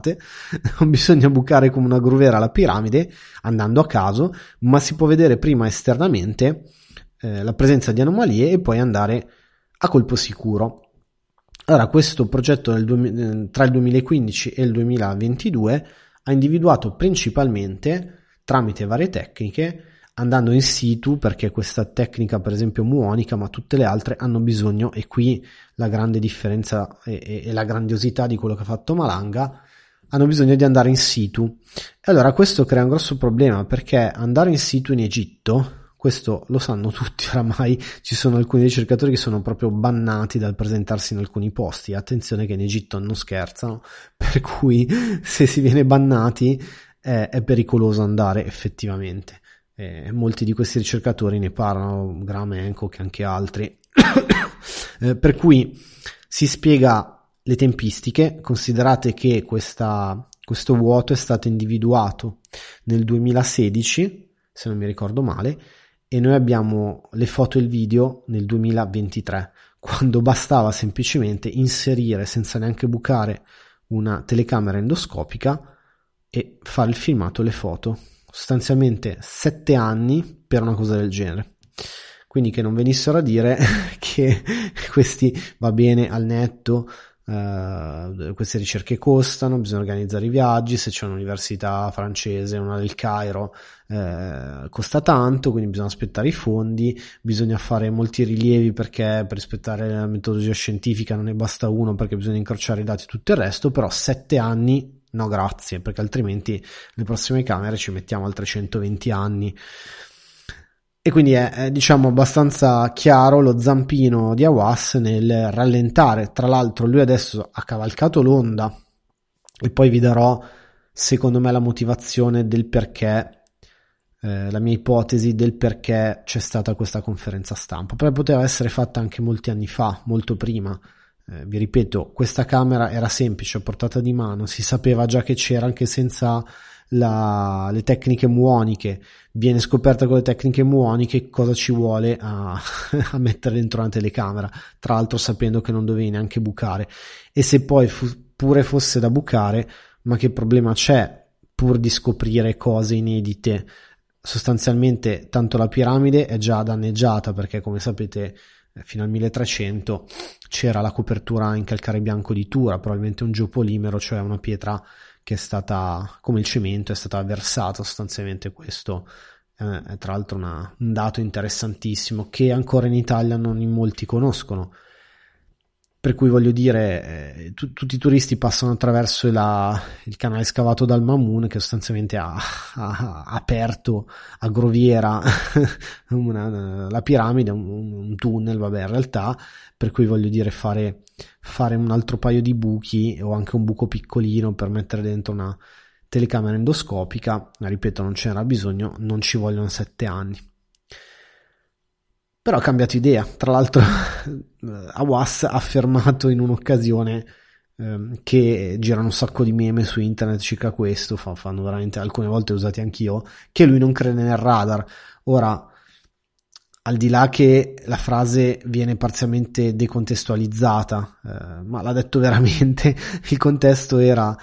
come una gruvera la piramide andando a caso, ma si può vedere prima esternamente la presenza di anomalie e poi andare a colpo sicuro. Allora questo progetto tra il 2015 e il 2022 ha individuato principalmente, tramite varie tecniche, andando in situ, perché questa tecnica per esempio muonica, ma tutte le altre hanno bisogno, e qui la grande differenza e la grandiosità di quello che ha fatto Malanga, hanno bisogno di andare in situ. E allora questo crea un grosso problema, perché andare in situ in Egitto, questo lo sanno tutti oramai, ci sono alcuni ricercatori che sono proprio bannati dal presentarsi in alcuni posti. Attenzione che in Egitto non scherzano, per cui se si viene bannati è pericoloso andare effettivamente. Molti di questi ricercatori ne parlano, Graham Hancock e anche altri. Per cui si spiega le tempistiche. Considerate che questo vuoto è stato individuato nel 2016, se non mi ricordo male, e noi abbiamo le foto e il video nel 2023, quando bastava semplicemente inserire, senza neanche bucare, una telecamera endoscopica e fare il filmato e le foto. Sostanzialmente 7 anni per una cosa del genere. Quindi che non venissero a dire che questi, va bene, al netto, queste ricerche costano, bisogna organizzare i viaggi, se c'è un'università francese, una del Cairo, costa tanto, quindi bisogna aspettare i fondi, bisogna fare molti rilievi perché per rispettare la metodologia scientifica non ne basta uno, perché bisogna incrociare i dati e tutto il resto. Però 7 anni no grazie, perché altrimenti le prossime camere ci mettiamo altri 120 anni. E quindi è diciamo abbastanza chiaro lo zampino di Hawass nel rallentare. Tra l'altro lui adesso ha cavalcato l'onda, e poi vi darò secondo me la motivazione del perché, la mia ipotesi del perché c'è stata questa conferenza stampa. Però poteva essere fatta anche molti anni fa, molto prima. Vi ripeto, questa camera era semplice, a portata di mano, si sapeva già che c'era anche senza le tecniche muoniche. Viene scoperta con le tecniche muoniche cosa ci vuole a mettere dentro una telecamera, tra l'altro sapendo che non dovevi neanche bucare. E se poi pure fosse da bucare, ma che problema c'è pur di scoprire cose inedite? Sostanzialmente tanto la piramide è già danneggiata, perché come sapete fino al 1300 c'era la copertura in calcare bianco di Tura, probabilmente un geopolimero, cioè una pietra che è stata, come il cemento, è stata versata sostanzialmente. Questo è tra l'altro un dato interessantissimo che ancora in Italia non in molti conoscono. Per cui voglio dire, tutti i turisti passano attraverso il canale scavato dal Mamun, che sostanzialmente ha aperto a groviera la piramide, un tunnel, vabbè, in realtà. Per cui voglio dire, fare un altro paio di buchi o anche un buco piccolino per mettere dentro una telecamera endoscopica, ripeto, non ce n'era bisogno, non ci vogliono 7 anni. Però ha cambiato idea. Tra l'altro Hawass ha affermato in un'occasione, che girano un sacco di meme su internet circa questo, fanno veramente, alcune volte usati anch'io, che lui non crede nel radar. Ora, al di là che la frase viene parzialmente decontestualizzata, ma l'ha detto veramente, il contesto era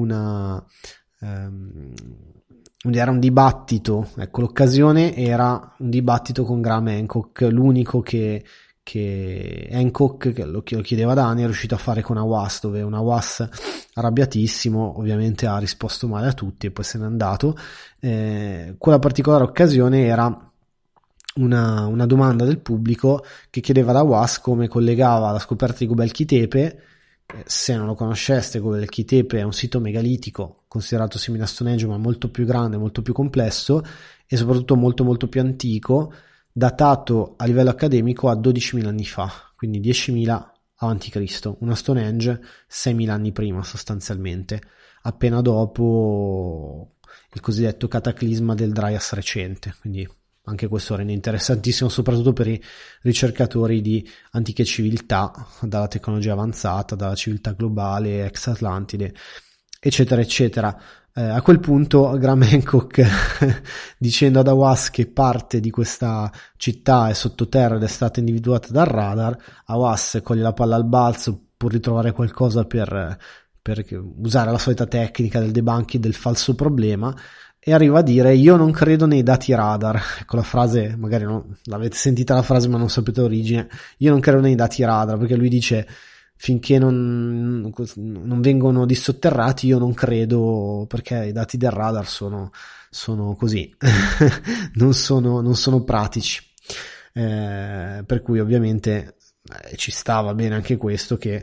era un dibattito, ecco, l'occasione era un dibattito con Graham Hancock, l'unico che Hancock, che lo chiedeva da anni, è riuscito a fare con Hawass, dove un Hawass arrabbiatissimo ovviamente ha risposto male a tutti e poi se n'è andato. Quella particolare occasione era una domanda del pubblico che chiedeva ad Hawass come collegava la scoperta di Göbekli Tepe. Se non lo conosceste, Göbekli Tepe è un sito megalitico considerato simile a Stonehenge, ma molto più grande, molto più complesso e soprattutto molto molto più antico, datato a livello accademico a 12.000 anni fa, quindi 10.000 avanti Cristo. Una Stonehenge 6.000 anni prima sostanzialmente, appena dopo il cosiddetto cataclisma del Dryas recente. Quindi anche questo rende interessantissimo soprattutto per i ricercatori di antiche civiltà, dalla tecnologia avanzata, dalla civiltà globale, ex Atlantide, eccetera eccetera. A quel punto Graham Hancock dicendo ad Hawass che parte di questa città è sottoterra ed è stata individuata dal radar, Hawass coglie la palla al balzo pur di trovare qualcosa per usare la solita tecnica del debunking del falso problema, e arriva a dire: io non credo nei dati radar. Ecco la frase, magari non l'avete sentita la frase ma non sapete l'origine. Io non credo nei dati radar, perché lui dice finché non vengono dissotterrati io non credo, perché i dati del radar sono così non sono pratici. Per cui ovviamente ci stava bene anche questo, che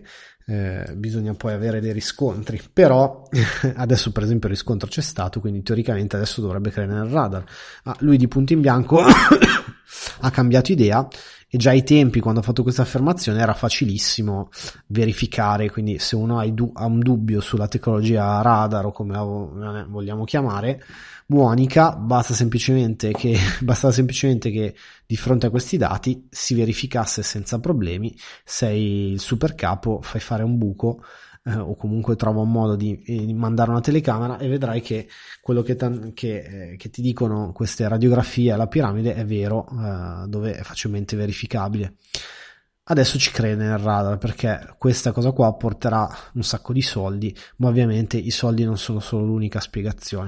bisogna poi avere dei riscontri, però adesso per esempio il riscontro c'è stato, quindi teoricamente adesso dovrebbe credere nel radar. Lui di punto in bianco ha cambiato idea, e già ai tempi, quando ha fatto questa affermazione, era facilissimo verificare, quindi se uno ha un dubbio sulla tecnologia radar o come la vogliamo chiamare, muonica, basta semplicemente che di fronte a questi dati si verificasse senza problemi. Sei il super capo, fai fare un buco, o comunque trova un modo di mandare una telecamera, e vedrai che quello che ti dicono queste radiografie alla piramide è vero, dove è facilmente verificabile. Adesso ci crede nel radar, perché questa cosa qua porterà un sacco di soldi, ma ovviamente i soldi non sono solo l'unica spiegazione.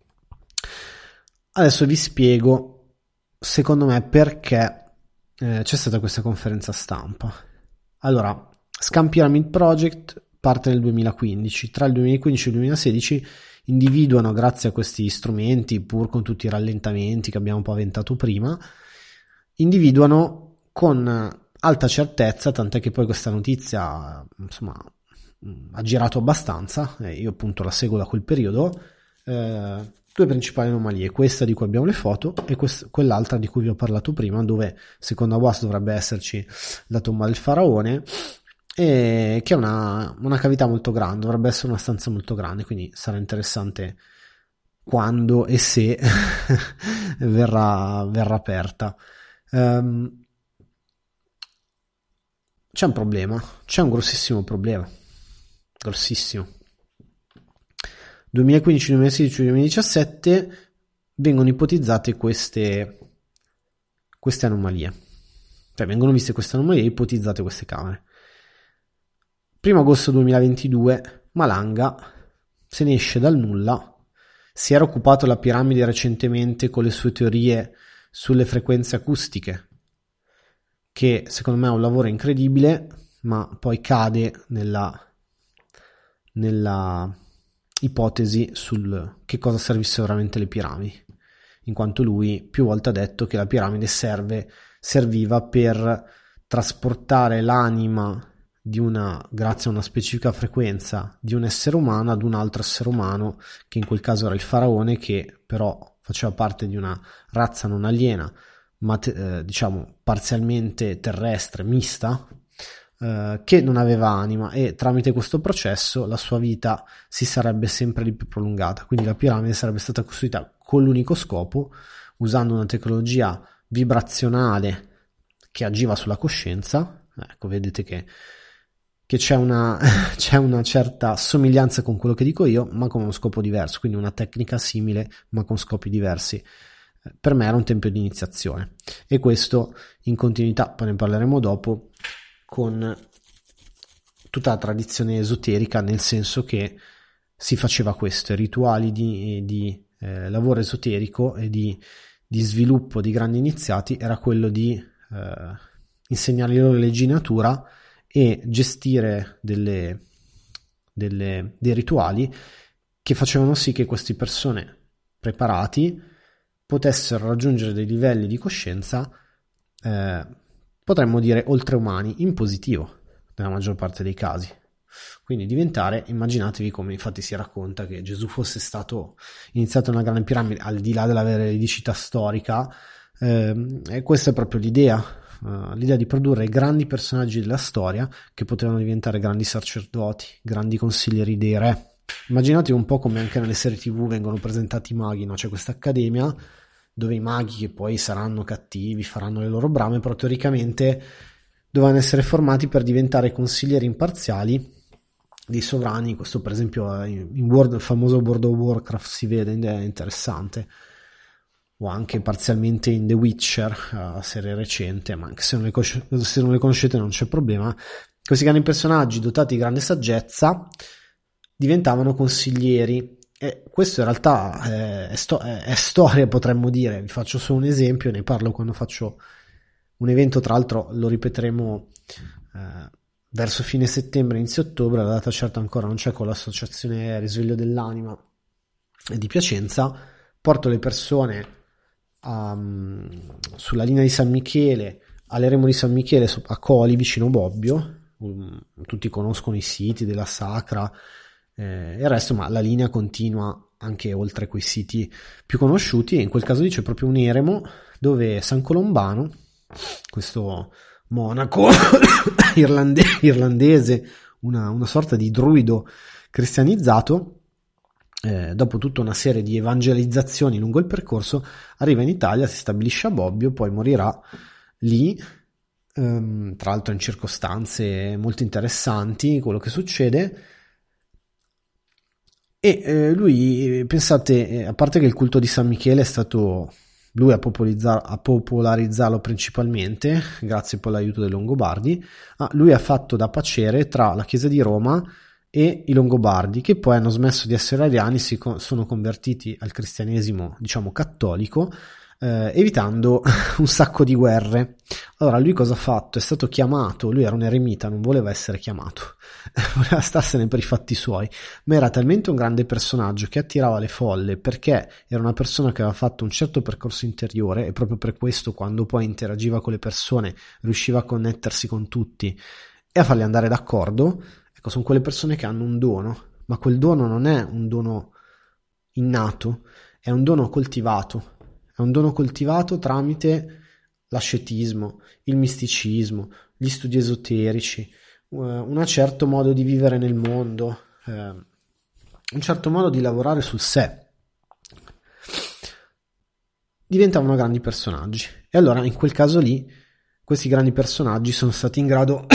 Adesso vi spiego, secondo me, perché c'è stata questa conferenza stampa. Allora, Scam Pyramid Project parte nel 2015. Tra il 2015 e il 2016 individuano, grazie a questi strumenti, pur con tutti i rallentamenti che abbiamo paventato prima, individuano con alta certezza, tant'è che poi questa notizia, insomma, ha girato abbastanza, io appunto la seguo da quel periodo, due principali anomalie: questa di cui abbiamo le foto e quell'altra di cui vi ho parlato prima, dove secondo Awas dovrebbe esserci la tomba del faraone, e che è una cavità molto grande, dovrebbe essere una stanza molto grande, quindi sarà interessante quando e se verrà aperta. C'è un problema, c'è un grossissimo problema, grossissimo. 2015, 2016, 2017 vengono ipotizzate queste anomalie, cioè vengono viste queste anomalie e ipotizzate queste camere. 1 agosto 2022 Malanga se ne esce dal nulla, si era occupato la piramide recentemente con le sue teorie sulle frequenze acustiche, che secondo me è un lavoro incredibile, ma poi cade nella ipotesi sul che cosa servissero veramente le piramidi, in quanto lui più volte ha detto che la piramide serviva per trasportare l'anima grazie a una specifica frequenza di un essere umano ad un altro essere umano, che in quel caso era il faraone, che però faceva parte di una razza non aliena, ma diciamo parzialmente terrestre, mista, che non aveva anima, e tramite questo processo la sua vita si sarebbe sempre di più prolungata. Quindi la piramide sarebbe stata costruita con l'unico scopo, usando una tecnologia vibrazionale che agiva sulla coscienza. Ecco, vedete che c'è una certa somiglianza con quello che dico io, ma con uno scopo diverso, quindi una tecnica simile ma con scopi diversi. Per me era un tempio di iniziazione, e questo in continuità, poi ne parleremo dopo, con tutta la tradizione esoterica, nel senso che si faceva questo, i rituali di lavoro esoterico e di sviluppo di grandi iniziati era quello di insegnare loro le leggi di natura e gestire dei rituali che facevano sì che queste persone preparati potessero raggiungere dei livelli di coscienza, potremmo dire oltreumani, in positivo nella maggior parte dei casi. Quindi diventare, immaginatevi come infatti si racconta che Gesù fosse stato iniziato nella grande piramide, al di là della veridicità storica, e questa è proprio l'idea di produrre grandi personaggi della storia che potevano diventare grandi sacerdoti, grandi consiglieri dei re. Immaginate un po' come anche nelle serie TV vengono presentati i maghi, no? C'è questa accademia dove i maghi, che poi saranno cattivi, faranno le loro brame, però teoricamente dovevano essere formati per diventare consiglieri imparziali dei sovrani. Questo per esempio il famoso World of Warcraft si vede, è interessante, o anche parzialmente in The Witcher, serie recente, ma anche se non le conoscete non c'è problema. Questi grandi personaggi dotati di grande saggezza diventavano consiglieri, e questo in realtà è storia, potremmo dire. Vi faccio solo un esempio, ne parlo quando faccio un evento, tra l'altro lo ripeteremo verso fine settembre, inizio ottobre, la data certa ancora non c'è, con l'associazione Risveglio dell'Anima di Piacenza. Porto le persone sulla linea di San Michele, all'eremo di San Michele a Coli, vicino Bobbio, tutti conoscono i siti della Sacra e il resto, ma la linea continua anche oltre quei siti più conosciuti, e in quel caso lì c'è proprio un eremo dove San Colombano, questo monaco irlandese, una sorta di druido cristianizzato, dopo tutta una serie di evangelizzazioni lungo il percorso, arriva in Italia, si stabilisce a Bobbio, poi morirà lì, tra l'altro in circostanze molto interessanti quello che succede. E lui, pensate, a parte che il culto di San Michele è stato lui a popolarizzarlo principalmente, grazie poi all'aiuto dei Longobardi, lui ha fatto da paciere tra la Chiesa di Roma e i Longobardi, che poi hanno smesso di essere ariani, sono convertiti al cristianesimo, diciamo, cattolico, evitando un sacco di guerre. Allora lui cosa ha fatto? È stato chiamato, lui era un eremita, non voleva essere chiamato, voleva starsene per i fatti suoi, ma era talmente un grande personaggio che attirava le folle, perché era una persona che aveva fatto un certo percorso interiore, e proprio per questo quando poi interagiva con le persone riusciva a connettersi con tutti e a farli andare d'accordo. Ecco, sono quelle persone che hanno un dono, ma quel dono non è un dono innato, è un dono coltivato. È un dono coltivato tramite l'ascetismo, il misticismo, gli studi esoterici, un certo modo di vivere nel mondo, un certo modo di lavorare sul sé. Diventavano grandi personaggi. E allora, in quel caso lì, questi grandi personaggi sono stati in grado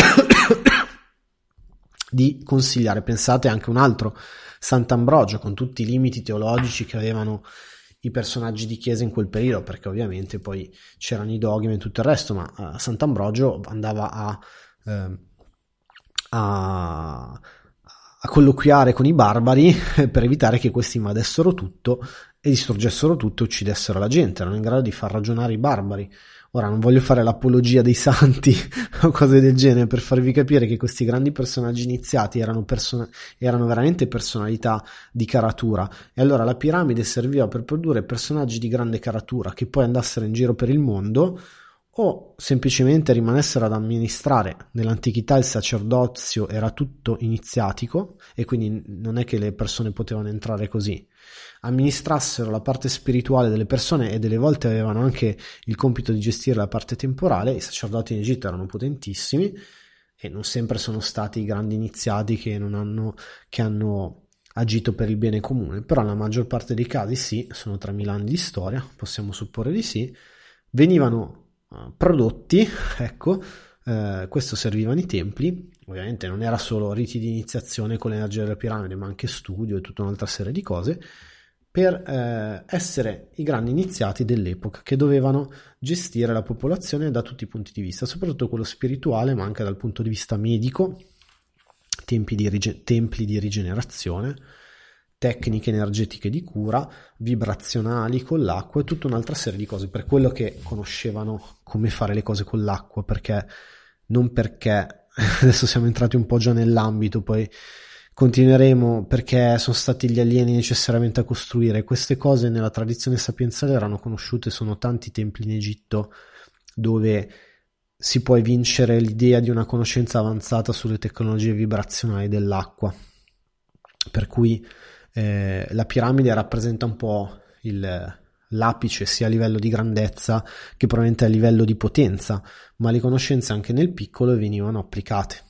di consigliare. Pensate anche un altro, Sant'Ambrogio, con tutti i limiti teologici che avevano i personaggi di chiesa in quel periodo, perché ovviamente poi c'erano i dogmi e tutto il resto, ma Sant'Ambrogio andava a colloquiare con i barbari per evitare che questi invadessero tutto e distruggessero tutto e uccidessero la gente. Erano in grado di far ragionare i barbari. Ora non voglio fare l'apologia dei santi o cose del genere, per farvi capire che questi grandi personaggi iniziati erano veramente personalità di caratura, e allora la piramide serviva per produrre personaggi di grande caratura che poi andassero in giro per il mondo o semplicemente rimanessero ad amministrare. Nell'antichità il sacerdozio era tutto iniziatico e quindi non è che le persone potevano entrare così, amministrassero la parte spirituale delle persone e delle volte avevano anche il compito di gestire la parte temporale. I sacerdoti in Egitto erano potentissimi e non sempre sono stati i grandi iniziati che hanno agito per il bene comune, però nella maggior parte dei casi sì, sono 3000 anni di storia, possiamo supporre di sì, venivano prodotti, ecco, questo servivano i templi. Ovviamente non era solo riti di iniziazione con l'energia della piramide, ma anche studio e tutta un'altra serie di cose, per essere i grandi iniziati dell'epoca, che dovevano gestire la popolazione da tutti i punti di vista, soprattutto quello spirituale, ma anche dal punto di vista medico, templi di rigenerazione, tecniche energetiche di cura, vibrazionali con l'acqua e tutta un'altra serie di cose, per quello che conoscevano come fare le cose con l'acqua, perché adesso siamo entrati un po' già nell'ambito, poi continueremo, perché sono stati gli alieni necessariamente a costruire queste cose. Nella tradizione sapienziale erano conosciute, sono tanti templi in Egitto dove si può evincere l'idea di una conoscenza avanzata sulle tecnologie vibrazionali dell'acqua, per cui la piramide rappresenta un po' l'apice sia a livello di grandezza che probabilmente a livello di potenza, ma le conoscenze anche nel piccolo venivano applicate.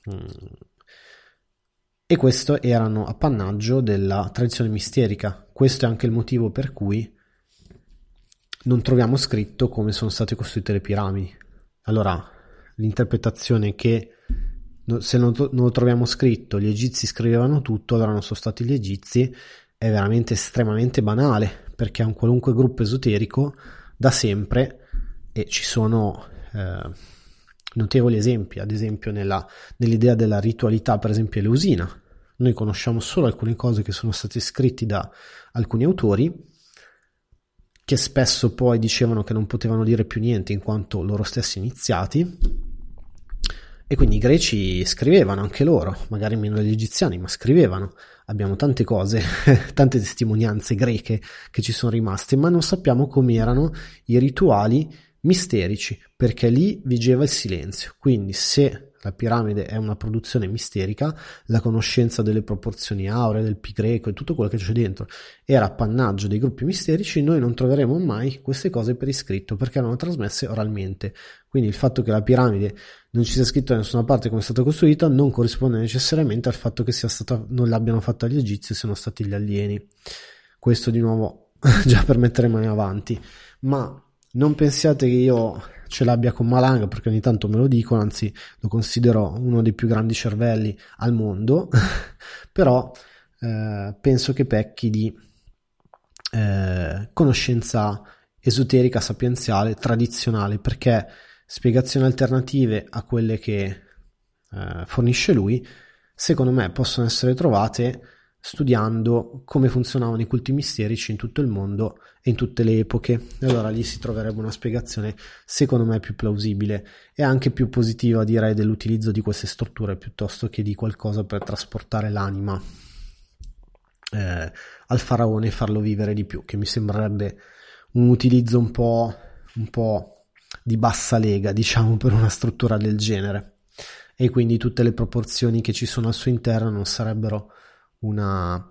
E questo erano appannaggio della tradizione misterica. Questo è anche il motivo per cui non troviamo scritto come sono state costruite le piramidi. Allora, l'interpretazione che se non lo troviamo scritto, gli egizi scrivevano tutto, allora non sono stati gli egizi, è veramente estremamente banale, perché è un qualunque gruppo esoterico da sempre, e ci sono notevoli esempi, ad esempio nell'idea della ritualità, per esempio Eleusina. Noi conosciamo solo alcune cose che sono state scritte da alcuni autori, che spesso poi dicevano che non potevano dire più niente in quanto loro stessi iniziati, e quindi i greci scrivevano anche loro, magari meno degli egiziani, ma scrivevano. Abbiamo tante cose, tante testimonianze greche che ci sono rimaste, ma non sappiamo come erano i rituali misterici, perché lì vigeva il silenzio. Quindi se la piramide è una produzione misterica, la conoscenza delle proporzioni auree, del pi greco e tutto quello che c'è dentro era appannaggio dei gruppi misterici, noi non troveremo mai queste cose per iscritto perché erano trasmesse oralmente. Quindi il fatto che la piramide non ci sia scritto da nessuna parte come è stata costruita non corrisponde necessariamente al fatto che non l'abbiano fatta gli egizi e siano stati gli alieni. Questo di nuovo già per mettere mani avanti, ma non pensiate che io ce l'abbia con Malanga, perché ogni tanto me lo dicono, anzi lo considero uno dei più grandi cervelli al mondo, però penso che pecchi di conoscenza esoterica, sapienziale, tradizionale, perché spiegazioni alternative a quelle che fornisce lui, secondo me possono essere trovate studiando come funzionavano i culti misterici in tutto il mondo e in tutte le epoche, e allora lì si troverebbe una spiegazione secondo me più plausibile e anche più positiva, direi, dell'utilizzo di queste strutture piuttosto che di qualcosa per trasportare l'anima al faraone e farlo vivere di più, che mi sembrerebbe un utilizzo un po' di bassa lega, diciamo, per una struttura del genere, e quindi tutte le proporzioni che ci sono al suo interno non sarebbero un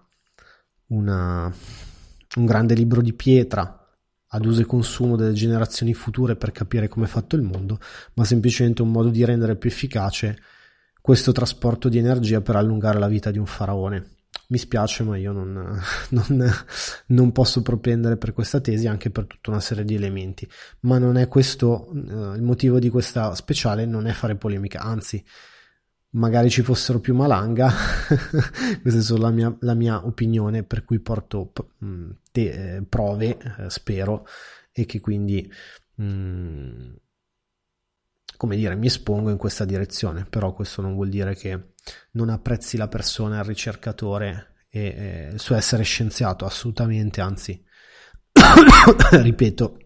grande libro di pietra ad uso e consumo delle generazioni future per capire come è fatto il mondo, ma semplicemente un modo di rendere più efficace questo trasporto di energia per allungare la vita di un faraone. Mi spiace, ma io non posso propendere per questa tesi, anche per tutta una serie di elementi, ma non è questo il motivo di questa speciale, non è fare polemica, anzi magari ci fossero più Malanga questa è solo la mia opinione, per cui porto prove, spero, e che quindi come dire, mi espongo in questa direzione, però questo non vuol dire che non apprezzi la persona, il ricercatore e il suo essere scienziato, assolutamente, anzi ripeto,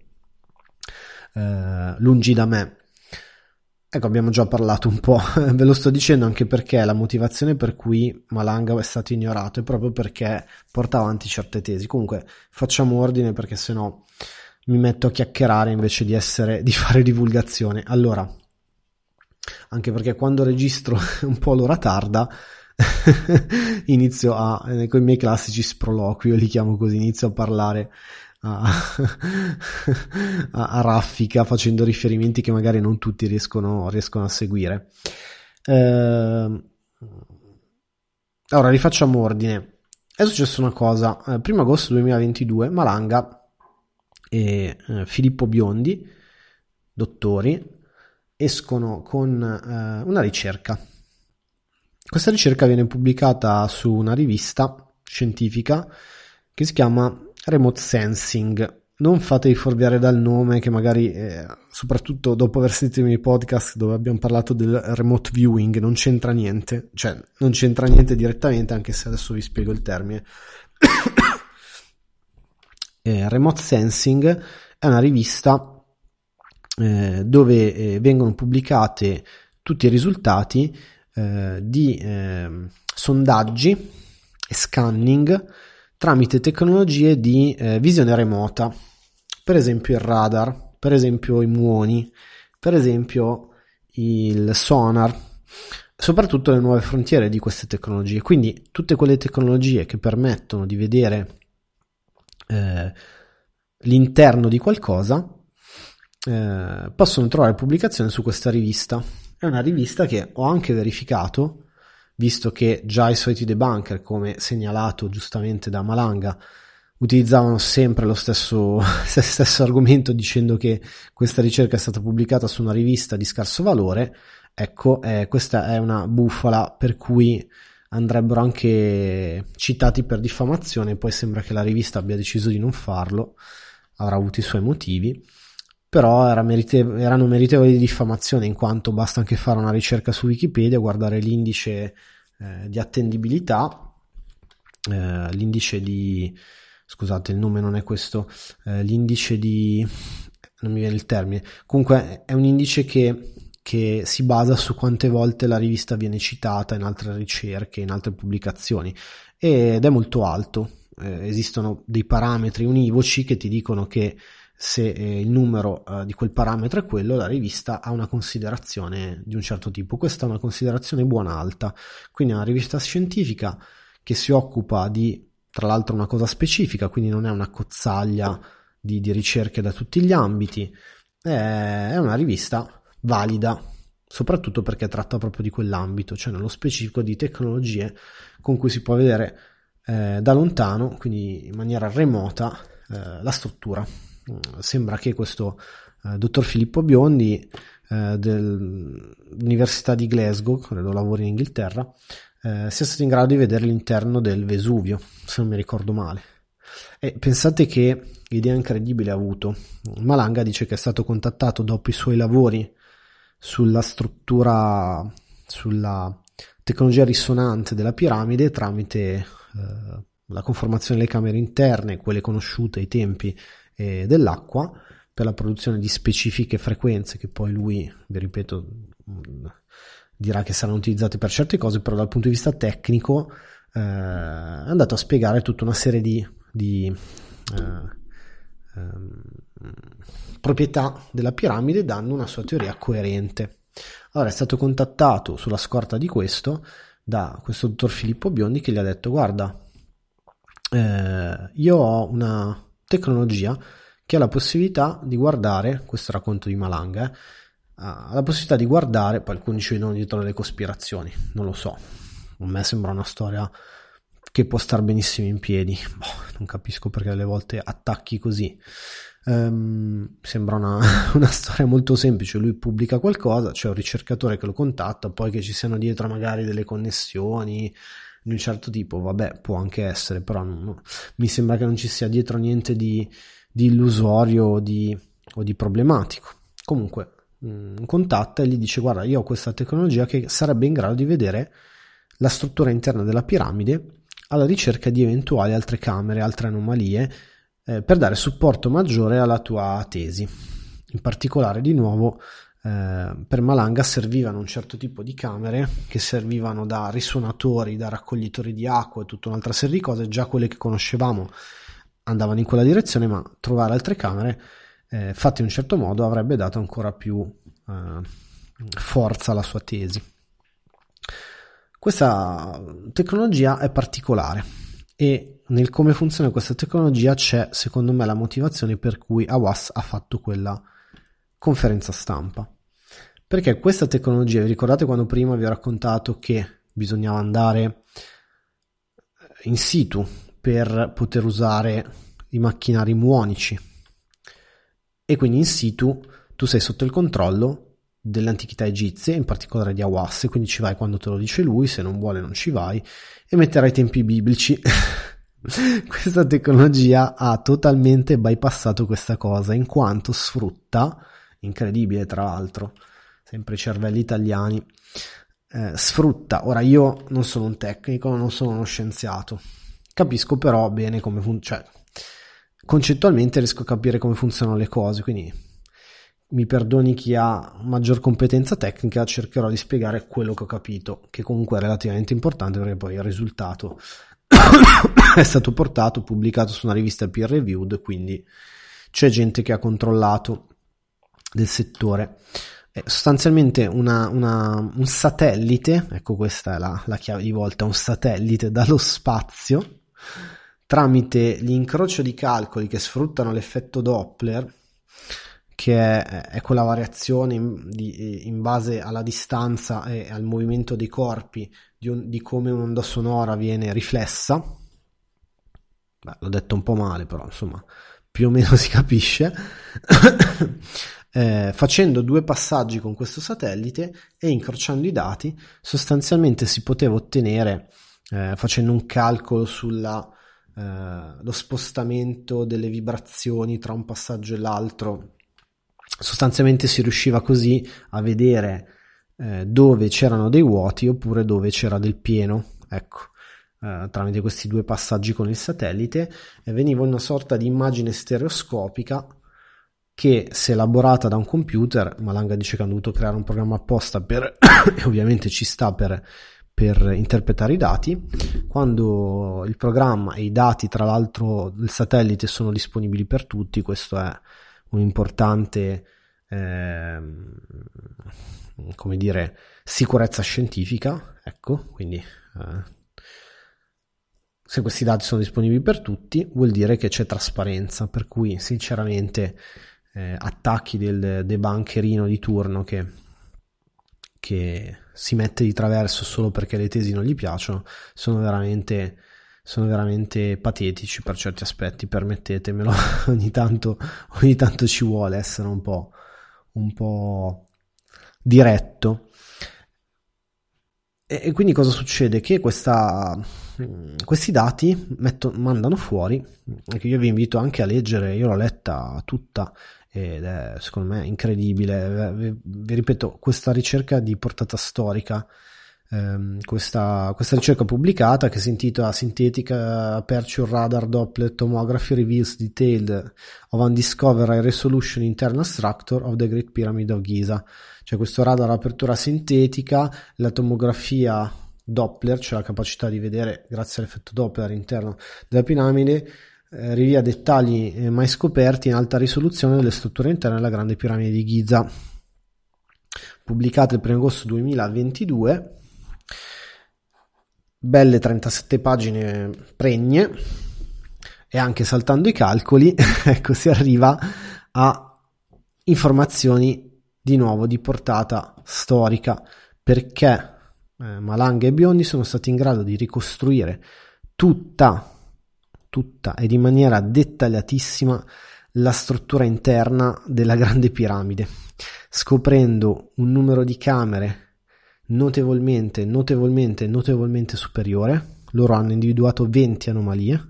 lungi da me. Ecco, abbiamo già parlato un po', ve lo sto dicendo anche perché la motivazione per cui Malanga è stato ignorato è proprio perché porta avanti certe tesi. Comunque facciamo ordine, perché sennò mi metto a chiacchierare invece di fare divulgazione. Allora, anche perché quando registro un po' l'ora tarda inizio con i miei classici sproloqui, io li chiamo così, inizio a parlare a raffica, facendo riferimenti che magari non tutti riescono a seguire. Ora rifacciamo ordine. È successa una cosa: 1 agosto 2022 Malanga e Filippo Biondi, dottori, escono con una ricerca. Questa ricerca viene pubblicata su una rivista scientifica che si chiama Remote Sensing. Non fatevi fuorviare dal nome, che magari soprattutto dopo aver sentito i miei podcast dove abbiamo parlato del remote viewing non c'entra niente, cioè non c'entra niente direttamente, anche se adesso vi spiego il termine. Remote Sensing è una rivista dove vengono pubblicate tutti i risultati di sondaggi e scanning tramite tecnologie di visione remota, per esempio il radar, per esempio i muoni, per esempio il sonar, soprattutto le nuove frontiere di queste tecnologie. Quindi tutte quelle tecnologie che permettono di vedere l'interno di qualcosa possono trovare pubblicazione su questa rivista. È una rivista che ho anche verificato, visto che già i soliti debunker, come segnalato giustamente da Malanga, utilizzavano sempre lo stesso argomento, dicendo che questa ricerca è stata pubblicata su una rivista di scarso valore. Ecco, questa è una bufala, per cui andrebbero anche citati per diffamazione. Poi sembra che la rivista abbia deciso di non farlo, avrà avuto i suoi motivi, però erano meritevoli di diffamazione, in quanto basta anche fare una ricerca su Wikipedia, guardare l'indice di attendibilità, l'indice di, scusate il nome non è questo, l'indice di, non mi viene il termine, comunque è un indice che si basa su quante volte la rivista viene citata in altre ricerche, in altre pubblicazioni, ed è molto alto. Esistono dei parametri univoci che ti dicono che se il numero di quel parametro è quello, la rivista ha una considerazione di un certo tipo. Questa è una considerazione buona alta, quindi è una rivista scientifica che si occupa di, tra l'altro, una cosa specifica, quindi non è una cozzaglia di ricerche da tutti gli ambiti, è una rivista valida, soprattutto perché tratta proprio di quell'ambito, cioè nello specifico di tecnologie con cui si può vedere da lontano, quindi in maniera remota, la struttura. Sembra che questo dottor Filippo Biondi dell'Università di Glasgow, credo lavori in Inghilterra, sia stato in grado di vedere l'interno del Vesuvio, se non mi ricordo male. E pensate che idea incredibile ha avuto. Malanga dice che è stato contattato dopo i suoi lavori sulla struttura, sulla tecnologia risonante della piramide tramite la conformazione delle camere interne, quelle conosciute ai tempi dell'acqua, per la produzione di specifiche frequenze che poi lui, vi ripeto, dirà che saranno utilizzate per certe cose, però dal punto di vista tecnico è andato a spiegare tutta una serie di proprietà della piramide, dando una sua teoria coerente. Allora è stato contattato sulla scorta di questo da questo dottor Filippo Biondi, che gli ha detto: guarda, io ho una tecnologia che ha la possibilità di guardare, questo racconto di Malanga, ha la possibilità di guardare, poi alcuni ci vedono dietro delle cospirazioni, non lo so, a me sembra una storia che può star benissimo in piedi, non capisco perché alle volte attacchi così. Sembra una storia molto semplice. Lui pubblica qualcosa, c'è un ricercatore che lo contatta, poi che ci siano dietro magari delle connessioni di un certo tipo, vabbè, può anche essere, però mi sembra che non ci sia dietro niente di illusorio o di problematico. Comunque contatta e gli dice: guarda, io ho questa tecnologia che sarebbe in grado di vedere la struttura interna della piramide alla ricerca di eventuali altre camere, altre anomalie, per dare supporto maggiore alla tua tesi. In particolare, di nuovo, per Malanga servivano un certo tipo di camere che servivano da risuonatori, da raccoglitori di acqua e tutta un'altra serie di cose. Già quelle che conoscevamo andavano in quella direzione, ma trovare altre camere fatte in un certo modo avrebbe dato ancora più forza alla sua tesi. Questa tecnologia è particolare e nel come funziona questa tecnologia c'è, secondo me, la motivazione per cui Hawass ha fatto quella conferenza stampa. Perché questa tecnologia, vi ricordate quando prima vi ho raccontato che bisognava andare in situ per poter usare i macchinari muonici, e quindi in situ tu sei sotto il controllo delle antichità egizie, in particolare di Hawass, e quindi ci vai quando te lo dice lui, se non vuole non ci vai, e metterai i tempi biblici. Questa tecnologia ha totalmente bypassato questa cosa, in quanto sfrutta, incredibile tra l'altro, sempre cervelli italiani, sfrutta, ora io non sono un tecnico, non sono uno scienziato, capisco però bene come funziona, cioè concettualmente riesco a capire come funzionano le cose, quindi mi perdoni chi ha maggior competenza tecnica, cercherò di spiegare quello che ho capito, che comunque è relativamente importante, perché poi il risultato è stato portato, pubblicato su una rivista peer reviewed, quindi c'è gente che ha controllato del settore. Sostanzialmente un satellite, ecco questa è la chiave di volta, un satellite dallo spazio, tramite l'incrocio di calcoli che sfruttano l'effetto Doppler, che è quella variazione in base alla distanza e al movimento dei corpi di come un'onda sonora viene riflessa. L'ho detto un po' male, però insomma più o meno si capisce. Facendo 2 passaggi con questo satellite e incrociando i dati, sostanzialmente si poteva ottenere, facendo un calcolo sulla lo spostamento delle vibrazioni tra un passaggio e l'altro, sostanzialmente si riusciva così a vedere dove c'erano dei vuoti oppure dove c'era del pieno, ecco, tramite questi 2 passaggi con il satellite, e veniva una sorta di immagine stereoscopica che, se elaborata da un computer, Malanga dice che hanno dovuto creare un programma apposta per e ovviamente ci sta per per interpretare i dati. Quando il programma e i dati, tra l'altro, del satellite sono disponibili per tutti, questo è un importante come dire, sicurezza scientifica, ecco, quindi se questi dati sono disponibili per tutti vuol dire che c'è trasparenza, per cui sinceramente attacchi del debunkerino di turno che si mette di traverso solo perché le tesi non gli piacciono sono veramente patetici per certi aspetti, permettetemelo. ogni tanto ci vuole essere un po' diretto. E quindi cosa succede? Che questi dati mandano fuori, che io vi invito anche a leggere, io l'ho letta tutta ed è secondo me incredibile. Vi ripeto, questa ricerca di portata storica, questa ricerca pubblicata che si intitola Synthetic Aperture Radar Doppler Tomography Reveals Detailed of Undiscovered High Resolution Internal Structure of the Great Pyramid of Giza. Cioè questo radar apertura sintetica, la tomografia Doppler, cioè la capacità di vedere grazie all'effetto Doppler all'interno della piramide, rivela dettagli mai scoperti in alta risoluzione delle strutture interne della grande piramide di Giza. Pubblicata il 1 agosto 2022, belle 37 pagine pregne, e anche saltando i calcoli ecco, si arriva a informazioni di nuovo di portata storica, perché Malanga e Biondi sono stati in grado di ricostruire tutta ed in maniera dettagliatissima la struttura interna della grande piramide, scoprendo un numero di camere notevolmente superiore. Loro hanno individuato 20 anomalie,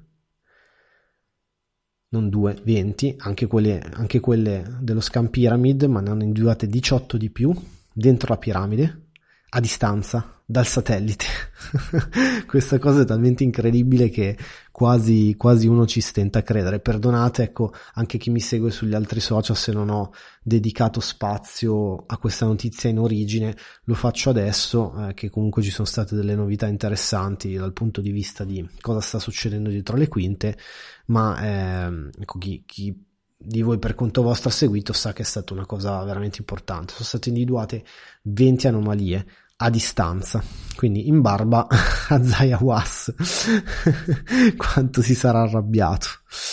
non 2, 20, anche quelle dello Scam Pyramid, ma ne hanno individuate 18 di più dentro la piramide, a distanza dal satellite. Questa cosa è talmente incredibile che quasi uno ci stenta a credere. Perdonate, ecco, anche chi mi segue sugli altri social se non ho dedicato spazio a questa notizia in origine, lo faccio adesso, che comunque ci sono state delle novità interessanti dal punto di vista di cosa sta succedendo dietro le quinte, ma ecco, chi di voi per conto vostro ha seguito sa che è stata una cosa veramente importante. Sono state individuate 20 anomalie a distanza, quindi in barba a Zaya Was. Quanto si sarà arrabbiato.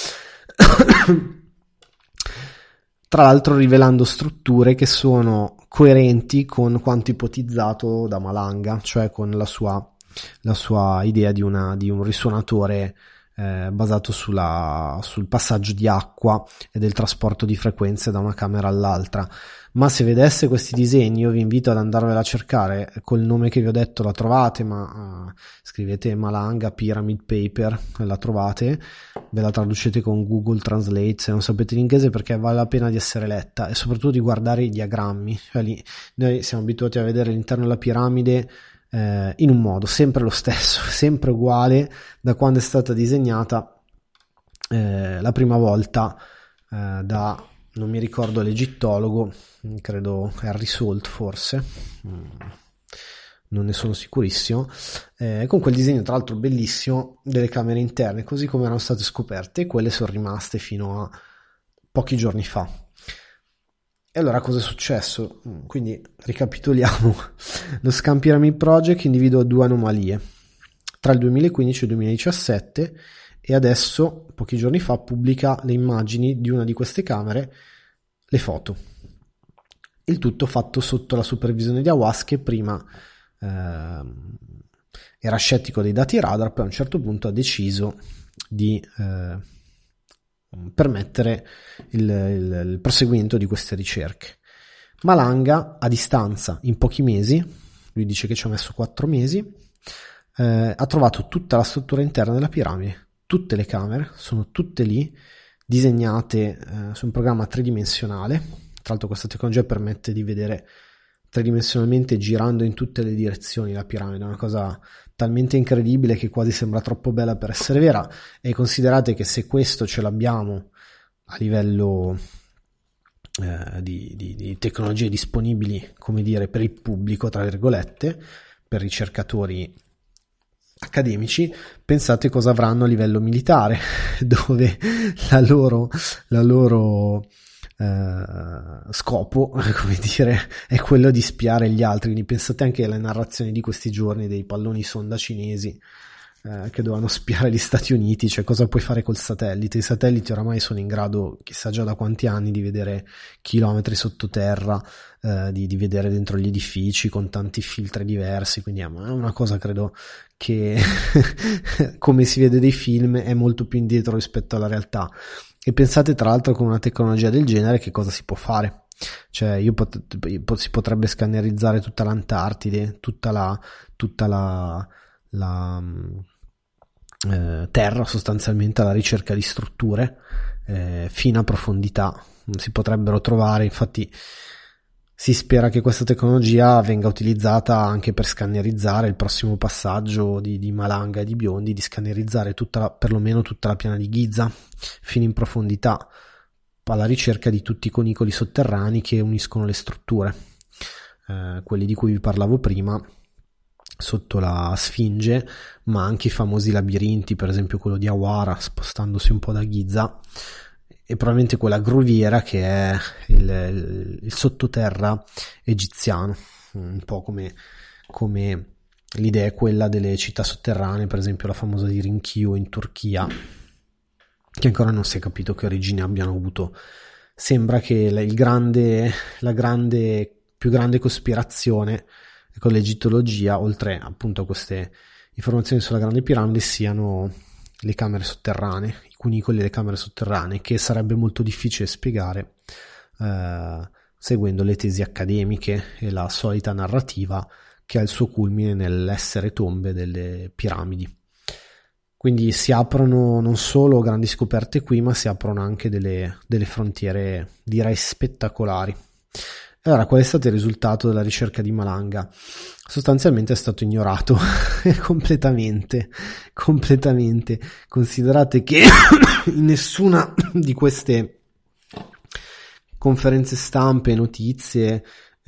Tra l'altro rivelando strutture che sono coerenti con quanto ipotizzato da Malanga, cioè con la sua idea di un risuonatore basato sul passaggio di acqua e del trasporto di frequenze da una camera all'altra. Ma se vedeste questi disegni, io vi invito ad andarvela a cercare col nome che vi ho detto, la trovate, ma scrivete Malanga Pyramid Paper, la trovate, ve la traducete con Google Translate se non sapete l'inglese, perché vale la pena di essere letta e soprattutto di guardare i diagrammi. Cioè, noi siamo abituati a vedere l'interno della piramide in un modo, sempre lo stesso, sempre uguale da quando è stata disegnata la prima volta da, non mi ricordo l'egittologo, credo Harry Salt forse, non ne sono sicurissimo, con quel disegno tra l'altro bellissimo delle camere interne così come erano state scoperte, e quelle sono rimaste fino a pochi giorni fa. E allora cosa è successo? Quindi ricapitoliamo. Lo Scam Pyramid Project individua 2 anomalie tra il 2015 e il 2017 e adesso, pochi giorni fa, pubblica le immagini di una di queste camere, le foto. Il tutto fatto sotto la supervisione di Hawass, che prima era scettico dei dati radar, poi a un certo punto ha deciso di permettere il proseguimento di queste ricerche. Malanga a distanza, in pochi mesi, lui dice che ci ha messo 4 mesi, ha trovato tutta la struttura interna della piramide, tutte le camere sono tutte lì, disegnate su un programma tridimensionale. Tra l'altro questa tecnologia permette di vedere tridimensionalmente girando in tutte le direzioni la piramide, è una cosa talmente incredibile che quasi sembra troppo bella per essere vera. E considerate che se questo ce l'abbiamo a livello di tecnologie disponibili, come dire, per il pubblico, tra virgolette, per ricercatori accademici, pensate cosa avranno a livello militare, dove la loro scopo, come dire, è quello di spiare gli altri. Quindi pensate anche alle narrazioni di questi giorni dei palloni sonda cinesi che dovevano spiare gli Stati Uniti, cioè cosa puoi fare col satellite? I satelliti oramai sono in grado, chissà già da quanti anni, di vedere chilometri sottoterra, di vedere dentro gli edifici con tanti filtri diversi, quindi è una cosa, credo, che come si vede dei film è molto più indietro rispetto alla realtà. E pensate tra l'altro con una tecnologia del genere che cosa si può fare. Cioè si potrebbe scannerizzare tutta l'Antartide, tutta la terra sostanzialmente alla ricerca di strutture fino a profondità. Si potrebbero trovare, infatti si spera che questa tecnologia venga utilizzata anche per scannerizzare il prossimo passaggio di Malanga e di Biondi, di scannerizzare perlomeno tutta la piana di Giza fino in profondità, alla ricerca di tutti i conicoli sotterranei che uniscono le strutture, quelli di cui vi parlavo prima sotto la Sfinge, ma anche i famosi labirinti, per esempio quello di Hawara spostandosi un po' da Giza, e probabilmente quella gruviera che è il sottoterra egiziano, un po' come l'idea è quella delle città sotterranee, per esempio la famosa di Rinkiu in Turchia, che ancora non si è capito che origine abbiano avuto. Sembra che la più grande cospirazione con l'egittologia, oltre appunto a queste informazioni sulla Grande Piramide, siano le camere sotterranee, i cunicoli e le camere sotterranee, che sarebbe molto difficile spiegare seguendo le tesi accademiche e la solita narrativa che ha il suo culmine nell'essere tombe delle piramidi. Quindi si aprono non solo grandi scoperte qui, ma si aprono anche delle frontiere, direi, spettacolari. Allora, qual è stato il risultato della ricerca di Malanga? Sostanzialmente è stato ignorato completamente. Considerate che in nessuna di queste conferenze stampe, notizie,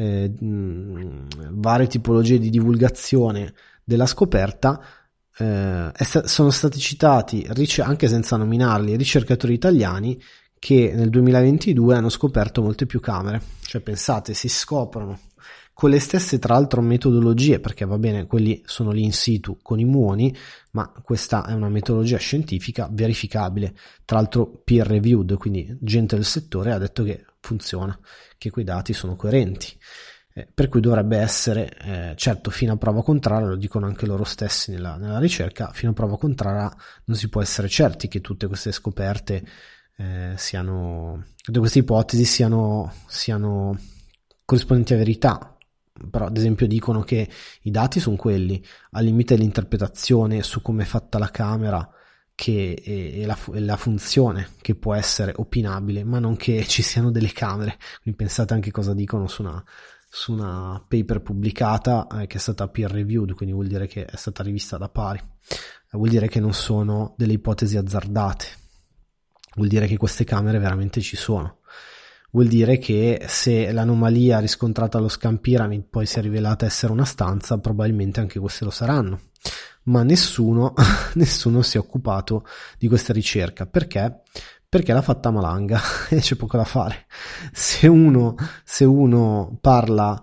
varie tipologie di divulgazione della scoperta sono stati citati, anche senza nominarli, ricercatori italiani che nel 2022 hanno scoperto molte più camere. Cioè pensate, si scoprono con le stesse tra l'altro metodologie, perché va bene, quelli sono lì in situ con i muoni, ma questa è una metodologia scientifica verificabile, tra l'altro peer reviewed, quindi gente del settore ha detto che funziona, che quei dati sono coerenti, per cui dovrebbe essere, certo, fino a prova contraria, lo dicono anche loro stessi nella ricerca, fino a prova contraria non si può essere certi che tutte queste scoperte tutte queste ipotesi siano corrispondenti a verità. Però ad esempio dicono che i dati sono quelli, al limite dell'interpretazione su come è fatta la camera e la funzione che può essere opinabile, ma non che ci siano delle camere. Quindi pensate anche cosa dicono su una paper pubblicata che è stata peer reviewed, quindi vuol dire che è stata rivista da pari, vuol dire che non sono delle ipotesi azzardate, vuol dire che queste camere veramente ci sono, vuol dire che se l'anomalia riscontrata allo Scan Pyramid poi si è rivelata essere una stanza, probabilmente anche queste lo saranno, ma nessuno si è occupato di questa ricerca. Perché l'ha fatta Malanga e c'è poco da fare. Se uno parla,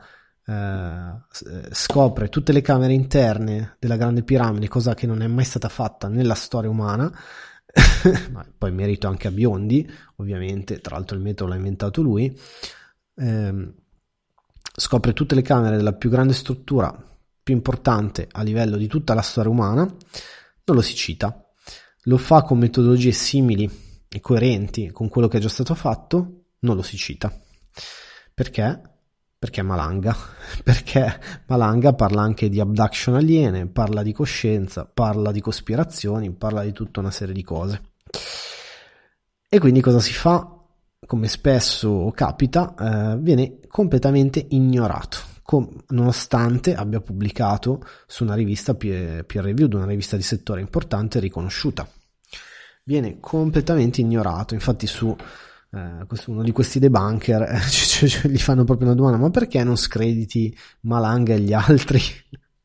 scopre tutte le camere interne della Grande Piramide, cosa che non è mai stata fatta nella storia umana, ma poi merito anche a Biondi, ovviamente, tra l'altro il metodo l'ha inventato lui, scopre tutte le camere della più grande struttura, più importante a livello di tutta la storia umana, non lo si cita, lo fa con metodologie simili e coerenti con quello che è già stato fatto, non lo si cita. Perché? Perché Malanga. Perché Malanga parla anche di abduction aliene, parla di coscienza, parla di cospirazioni, parla di tutta una serie di cose. E quindi cosa si fa? Come spesso capita, viene completamente ignorato, nonostante abbia pubblicato su una rivista peer reviewed, una rivista di settore importante e riconosciuta. Viene completamente ignorato. Infatti uno di questi debunker gli fanno proprio una domanda: ma perché non screditi Malanga e gli altri?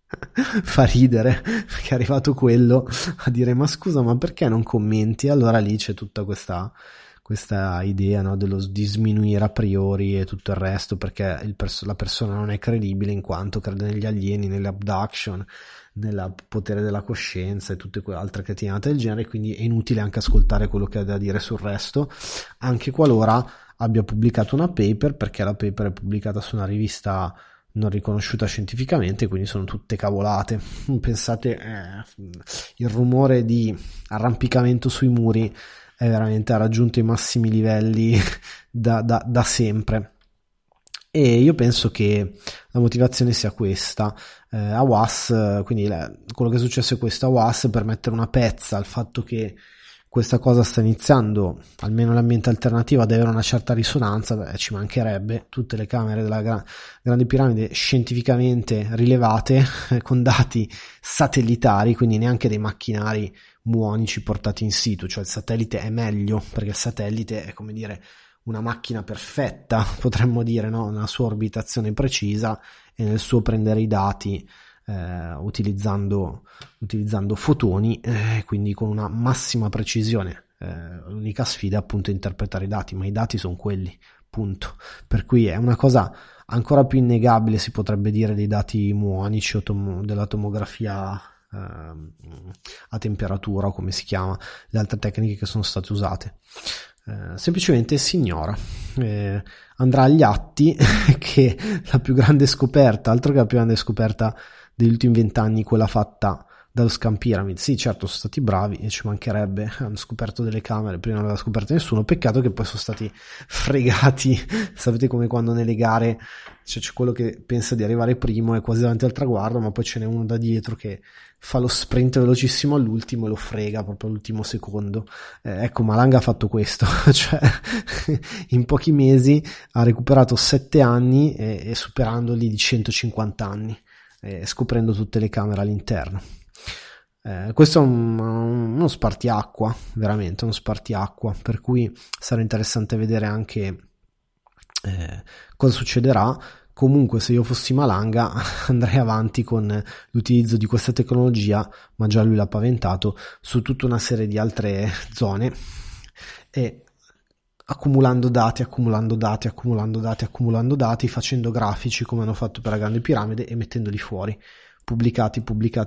Fa ridere perché è arrivato quello a dire ma scusa, ma perché non commenti? Allora lì c'è tutta questa idea, no, di sminuire a priori e tutto il resto, perché la persona non è credibile in quanto crede negli alieni, nell'abduction, nel potere della coscienza e tutte quelle altre cretinate del genere, quindi è inutile anche ascoltare quello che ha da dire sul resto, anche qualora abbia pubblicato una paper, perché la paper è pubblicata su una rivista non riconosciuta scientificamente, quindi sono tutte cavolate. Pensate, il rumore di arrampicamento sui muri è veramente ha raggiunto i massimi livelli da sempre. E io penso che la motivazione sia questa. A WAS, quindi quello che è successo è questo: a WAS, per mettere una pezza al fatto che questa cosa sta iniziando, almeno l'ambiente alternativo, ad avere una certa risonanza, ci mancherebbe. Tutte le camere della Grande Piramide scientificamente rilevate con dati satellitari, quindi neanche dei macchinari muonici portati in situ, cioè il satellite è meglio, perché il satellite è, come dire, una macchina perfetta, potremmo dire, no? Nella sua orbitazione precisa e nel suo prendere i dati utilizzando fotoni, quindi con una massima precisione. L'unica sfida è appunto interpretare i dati, ma i dati sono quelli, punto. Per cui è una cosa ancora più innegabile, si potrebbe dire, dei dati muonici o della tomografia a temperatura, o come si chiama, le altre tecniche che sono state usate. Semplicemente si ignora. Andrà agli atti che la più grande scoperta, altro che la più grande scoperta degli ultimi 20 anni, quella fatta dallo Scan Pyramid. Sì, certo, sono stati bravi e ci mancherebbe, hanno scoperto delle camere, prima non aveva scoperto nessuno, peccato che poi sono stati fregati. Sapete, come quando nelle gare c'è quello che pensa di arrivare primo, è quasi davanti al traguardo, ma poi ce n'è uno da dietro che fa lo sprint velocissimo all'ultimo e lo frega proprio all'ultimo secondo. Ecco, Malanga ha fatto questo, cioè in pochi mesi ha recuperato 7 anni e superandoli di 150 anni, scoprendo tutte le camere all'interno. Questo è uno spartiacqua, veramente uno spartiacqua, per cui sarà interessante vedere anche cosa succederà. Comunque, se io fossi Malanga andrei avanti con l'utilizzo di questa tecnologia, ma già lui l'ha paventato, su tutta una serie di altre zone, e accumulando dati, facendo grafici come hanno fatto per la Grande Piramide e mettendoli fuori, pubblicati,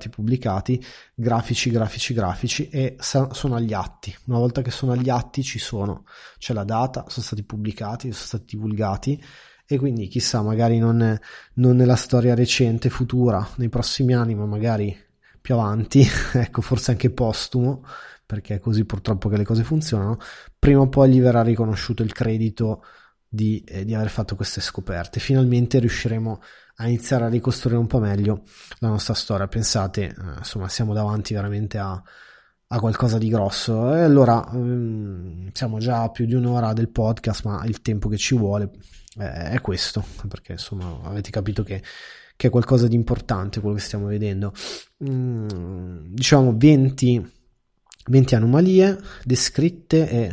grafici, e sono agli atti. Una volta che sono agli atti c'è la data, sono stati pubblicati, sono stati divulgati, e quindi chissà, magari non nella storia recente, futura, nei prossimi anni, ma magari più avanti, ecco, forse anche postumo, perché è così purtroppo che le cose funzionano, prima o poi gli verrà riconosciuto il credito di aver fatto queste scoperte. Finalmente riusciremo a iniziare a ricostruire un po' meglio la nostra storia. Pensate, insomma, siamo davanti veramente a qualcosa di grosso. E allora siamo già a più di un'ora del podcast, ma il tempo che ci vuole è questo, perché insomma avete capito che è qualcosa di importante quello che stiamo vedendo. Diciamo 20 anomalie descritte,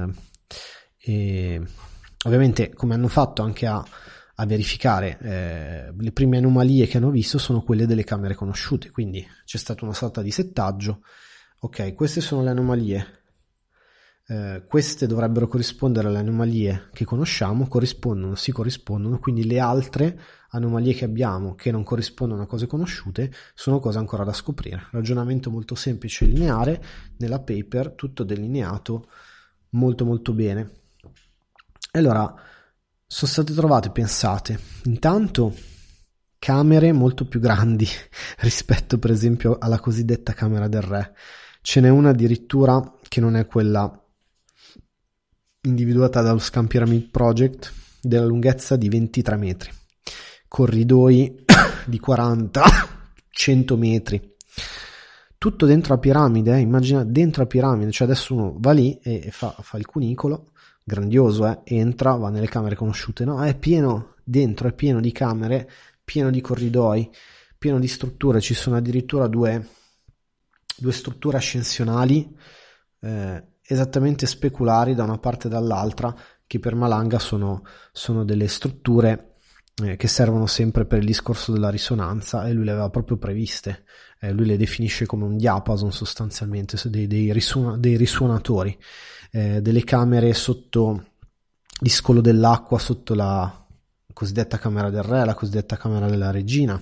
e ovviamente, come hanno fatto anche a verificare, le prime anomalie che hanno visto sono quelle delle camere conosciute, quindi c'è stata una sorta di settaggio. Ok, queste sono le anomalie, queste dovrebbero corrispondere alle anomalie che conosciamo, si corrispondono, quindi le altre anomalie che abbiamo che non corrispondono a cose conosciute sono cose ancora da scoprire. Ragionamento molto semplice e lineare, nella paper tutto delineato molto molto bene. Allora, sono state trovate, pensate, intanto camere molto più grandi rispetto per esempio alla cosiddetta camera del re. Ce n'è una addirittura che non è quella individuata dallo Scan Pyramid Project, della lunghezza di 23 metri, corridoi di 40-100 metri, tutto dentro la piramide. Immagina dentro la piramide, cioè adesso uno va lì e fa il cunicolo, grandioso, entra, va nelle camere conosciute, no, è pieno dentro, è pieno di camere, pieno di corridoi, pieno di strutture. Ci sono addirittura due strutture ascensionali esattamente speculari da una parte e dall'altra, che per Malanga sono delle strutture che servono sempre per il discorso della risonanza, e lui le aveva proprio previste. Lui le definisce come un diapason sostanzialmente, dei risuonatori, delle camere sotto il scolo dell'acqua, sotto la cosiddetta camera del re, la cosiddetta camera della regina,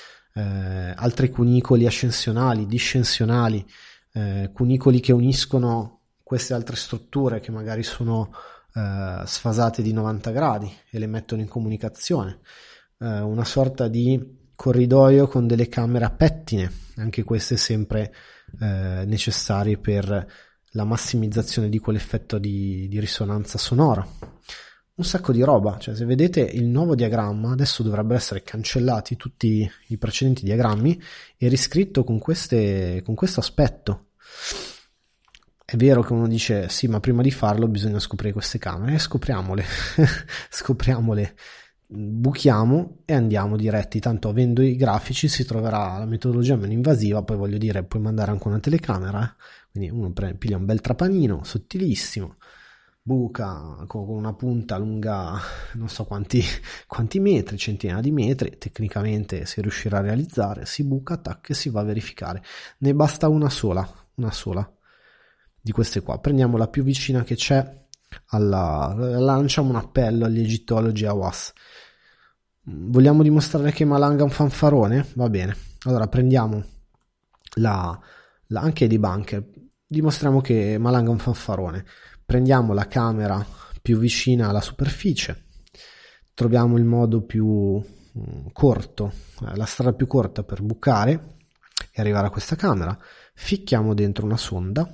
altri cunicoli ascensionali, discensionali, cunicoli che uniscono queste altre strutture che magari sono sfasate di 90 gradi e le mettono in comunicazione, una sorta di corridoio con delle camere a pettine, anche queste sempre necessarie per la massimizzazione di quell'effetto di risonanza sonora. Un sacco di roba, cioè se vedete il nuovo diagramma adesso dovrebbero essere cancellati tutti i precedenti diagrammi e riscritto con questo aspetto. È vero che uno dice sì, ma prima di farlo bisogna scoprire queste camere, scopriamole scopriamole, buchiamo e andiamo diretti, tanto avendo i grafici si troverà la metodologia meno invasiva. Poi voglio dire, puoi mandare anche una telecamera, quindi uno piglia un bel trapanino sottilissimo, buca con una punta lunga non so quanti metri, centinaia di metri, tecnicamente si riuscirà a realizzare, si buca, tac, e si va a verificare. Ne basta una sola di queste qua, prendiamo la più vicina che c'è, lanciamo un appello agli egittologi Hawass. Vogliamo dimostrare che Malanga è un fanfarone? Va bene, allora prendiamo anche di bunker, dimostriamo che Malanga è un fanfarone. Prendiamo la camera più vicina alla superficie, troviamo il modo più corto, la strada più corta per bucare e arrivare a questa camera, ficchiamo dentro una sonda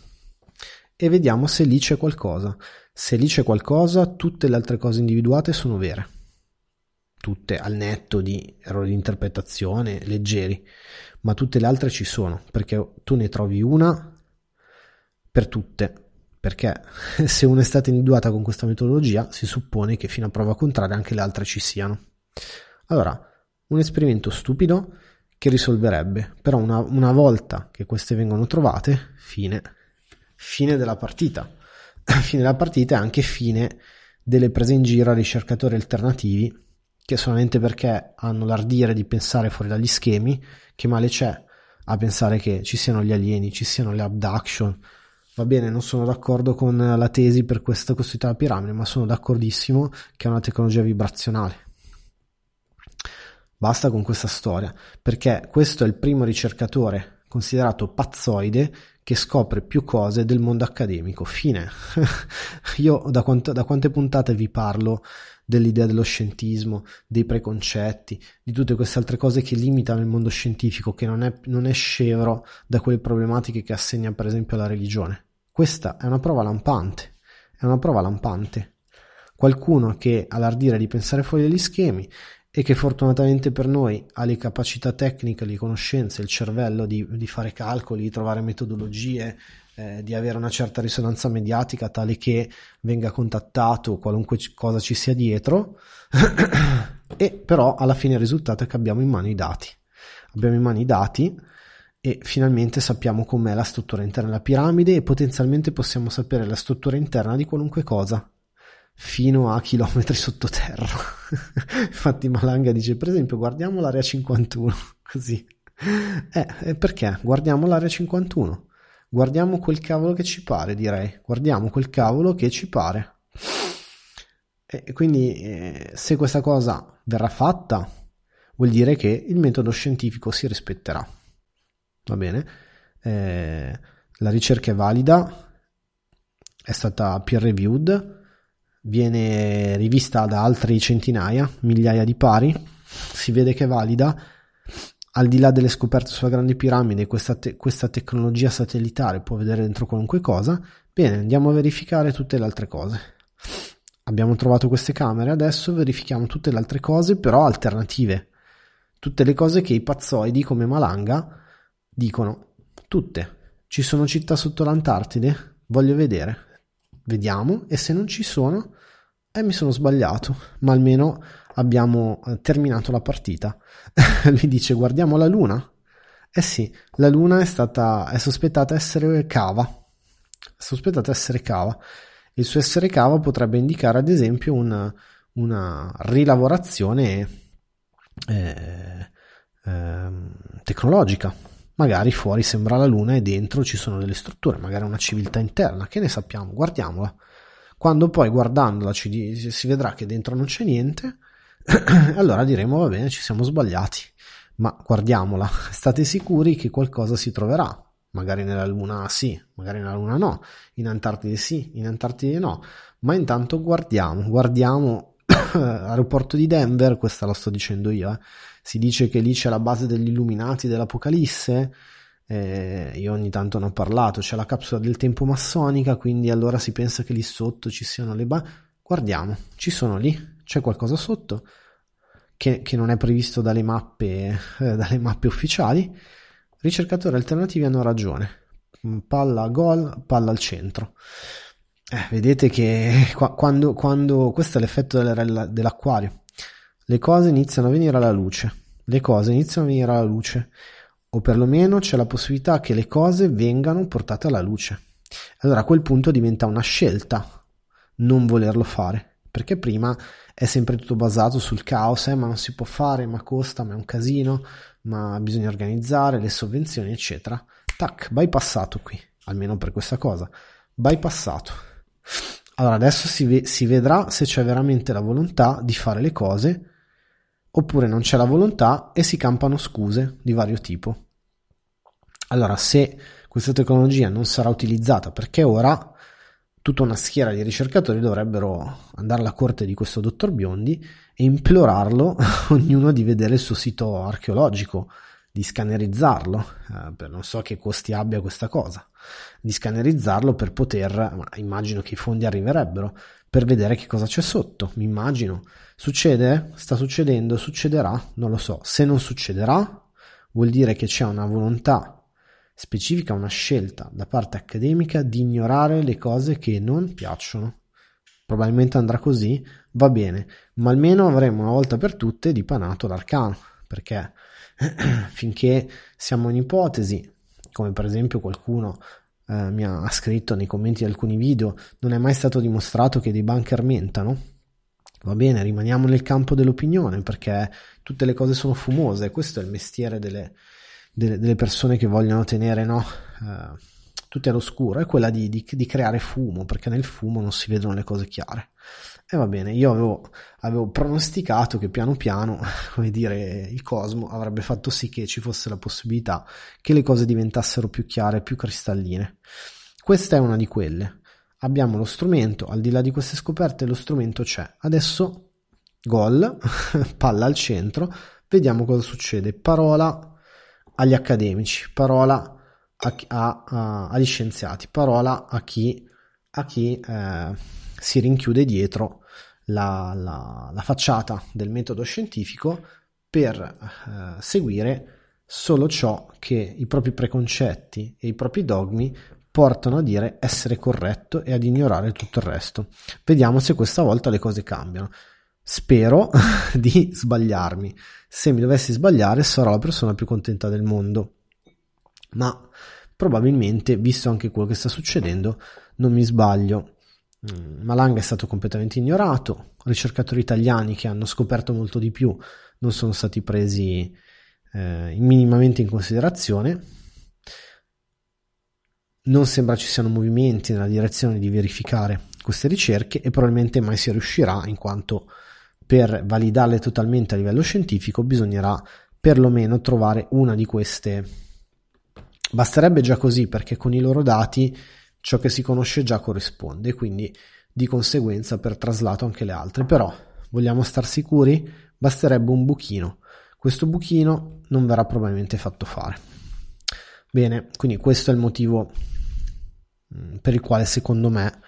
e vediamo se lì c'è qualcosa. Se lì c'è qualcosa, tutte le altre cose individuate sono vere, tutte, al netto di errori di interpretazione leggeri, ma tutte le altre ci sono, perché tu ne trovi una per tutte, perché se una è stata individuata con questa metodologia si suppone che fino a prova contraria anche le altre ci siano. Allora, un esperimento stupido che risolverebbe, però una volta che queste vengono trovate, fine della partita. Fine della partita e anche fine delle prese in giro a ricercatori alternativi che solamente perché hanno l'ardire di pensare fuori dagli schemi, che male c'è a pensare che ci siano gli alieni, ci siano le abduction. Va bene, non sono d'accordo con la tesi per questa costruita la piramide, ma sono d'accordissimo che è una tecnologia vibrazionale. Basta con questa storia, perché questo è il primo ricercatore considerato pazzoide che scopre più cose del mondo accademico. Fine. Io da quante puntate vi parlo dell'idea dello scientismo, dei preconcetti, di tutte queste altre cose che limitano il mondo scientifico, che non è scevro da quelle problematiche che assegna per esempio la religione. Questa è una prova lampante, Qualcuno che ha l'ardire di pensare fuori dagli schemi e che fortunatamente per noi ha le capacità tecniche, le conoscenze, il cervello di fare calcoli, di trovare metodologie, di avere una certa risonanza mediatica tale che venga contattato qualunque cosa ci sia dietro, e però alla fine il risultato è che abbiamo in mano i dati e finalmente sappiamo com'è la struttura interna della piramide e potenzialmente possiamo sapere la struttura interna di qualunque cosa fino a chilometri sottoterra. Infatti Malanga dice, per esempio, guardiamo l'area 51, così. Perché? Guardiamo l'area 51. Guardiamo quel cavolo che ci pare, direi. Guardiamo quel cavolo che ci pare. E quindi se questa cosa verrà fatta, vuol dire che il metodo scientifico si rispetterà. Va bene? La ricerca è valida, è stata peer reviewed, viene rivista da altri centinaia, migliaia di pari, si vede che è valida. Al di là delle scoperte sulla grande piramide, questa tecnologia satellitare può vedere dentro qualunque cosa. Bene, andiamo a verificare tutte le altre cose. Abbiamo trovato queste camere, adesso verifichiamo tutte le altre cose, però alternative. Tutte le cose che i pazzoidi come Malanga dicono. Tutte. Ci sono città sotto l'Antartide? Voglio vedere. Vediamo, e se non ci sono, mi sono sbagliato, ma almeno abbiamo terminato la partita. Lui dice, guardiamo la Luna? Sì, la Luna è sospettata essere cava. Il suo essere cava potrebbe indicare ad esempio un una rilavorazione tecnologica. Magari fuori sembra la luna e dentro ci sono delle strutture, magari una civiltà interna, che ne sappiamo, guardiamola. Quando poi guardandola si vedrà che dentro non c'è niente, allora diremo va bene, ci siamo sbagliati, ma guardiamola, state sicuri che qualcosa si troverà. Magari nella Luna sì, magari nella Luna no, in Antartide sì, in Antartide no, ma intanto guardiamo aeroporto di Denver, questa la sto dicendo io, si dice che lì c'è la base degli Illuminati dell'Apocalisse, io ogni tanto ne ho parlato, c'è la capsula del tempo massonica, quindi allora si pensa che lì sotto ci siano le basi. Guardiamo, ci sono lì, c'è qualcosa sotto che non è previsto dalle mappe ufficiali. Ricercatori alternativi hanno ragione, palla a gol, palla al centro. Vedete che quando questo è l'effetto dell'acquario, le cose iniziano a venire alla luce, o perlomeno c'è la possibilità che le cose vengano portate alla luce. Allora a quel punto diventa una scelta non volerlo fare, perché prima è sempre tutto basato sul caos, ma non si può fare, ma costa, ma è un casino, ma bisogna organizzare le sovvenzioni eccetera. Tac, bypassato qui, almeno per questa cosa, bypassato. Allora adesso si vedrà se c'è veramente la volontà di fare le cose oppure non c'è la volontà e si campano scuse di vario tipo. Allora se questa tecnologia non sarà utilizzata, perché ora tutta una schiera di ricercatori dovrebbero andare alla corte di questo dottor Biondi e implorarlo ognuno di vedere il suo sito archeologico, di scannerizzarlo, per non so che costi abbia questa cosa, di scannerizzarlo per ma immagino che i fondi arriverebbero, per vedere che cosa c'è sotto, mi immagino. Succede? Sta succedendo? Succederà? Non lo so. Se non succederà, vuol dire che c'è una volontà specifica, una scelta da parte accademica di ignorare le cose che non piacciono. Probabilmente andrà così, va bene, ma almeno avremo una volta per tutte dipanato l'arcano, perché finché siamo in ipotesi, come per esempio qualcuno mi ha scritto nei commenti di alcuni video, non è mai stato dimostrato che dei bunker mentano. Va bene, rimaniamo nel campo dell'opinione, perché tutte le cose sono fumose, questo è il mestiere delle persone che vogliono tenere tutte all'oscuro, è quella di creare fumo, perché nel fumo non si vedono le cose chiare. E va bene, io avevo pronosticato che piano piano, come dire, il cosmo avrebbe fatto sì che ci fosse la possibilità che le cose diventassero più chiare, più cristalline. Questa è una di quelle. Abbiamo lo strumento, al di là di queste scoperte lo strumento c'è. Adesso gol, palla al centro, vediamo cosa succede. Parola agli accademici, parola agli scienziati, parola a chi si rinchiude dietro la facciata del metodo scientifico per seguire solo ciò che i propri preconcetti e i propri dogmi portano a dire essere corretto e ad ignorare tutto il resto. Vediamo se questa volta le cose cambiano. Spero di sbagliarmi. Se mi dovessi sbagliare sarò la persona più contenta del mondo, ma probabilmente, visto anche quello che sta succedendo, non mi sbaglio. Malanga è stato completamente ignorato, ricercatori italiani che hanno scoperto molto di più non sono stati presi minimamente in considerazione. Non sembra ci siano movimenti nella direzione di verificare queste ricerche e probabilmente mai si riuscirà, in quanto per validarle totalmente a livello scientifico bisognerà perlomeno trovare una di queste. Basterebbe già così, perché con i loro dati ciò che si conosce già corrisponde, quindi di conseguenza per traslato anche le altre. Però vogliamo star sicuri? Basterebbe un buchino. Questo buchino non verrà probabilmente fatto fare. Bene, quindi questo è il motivo per il quale secondo me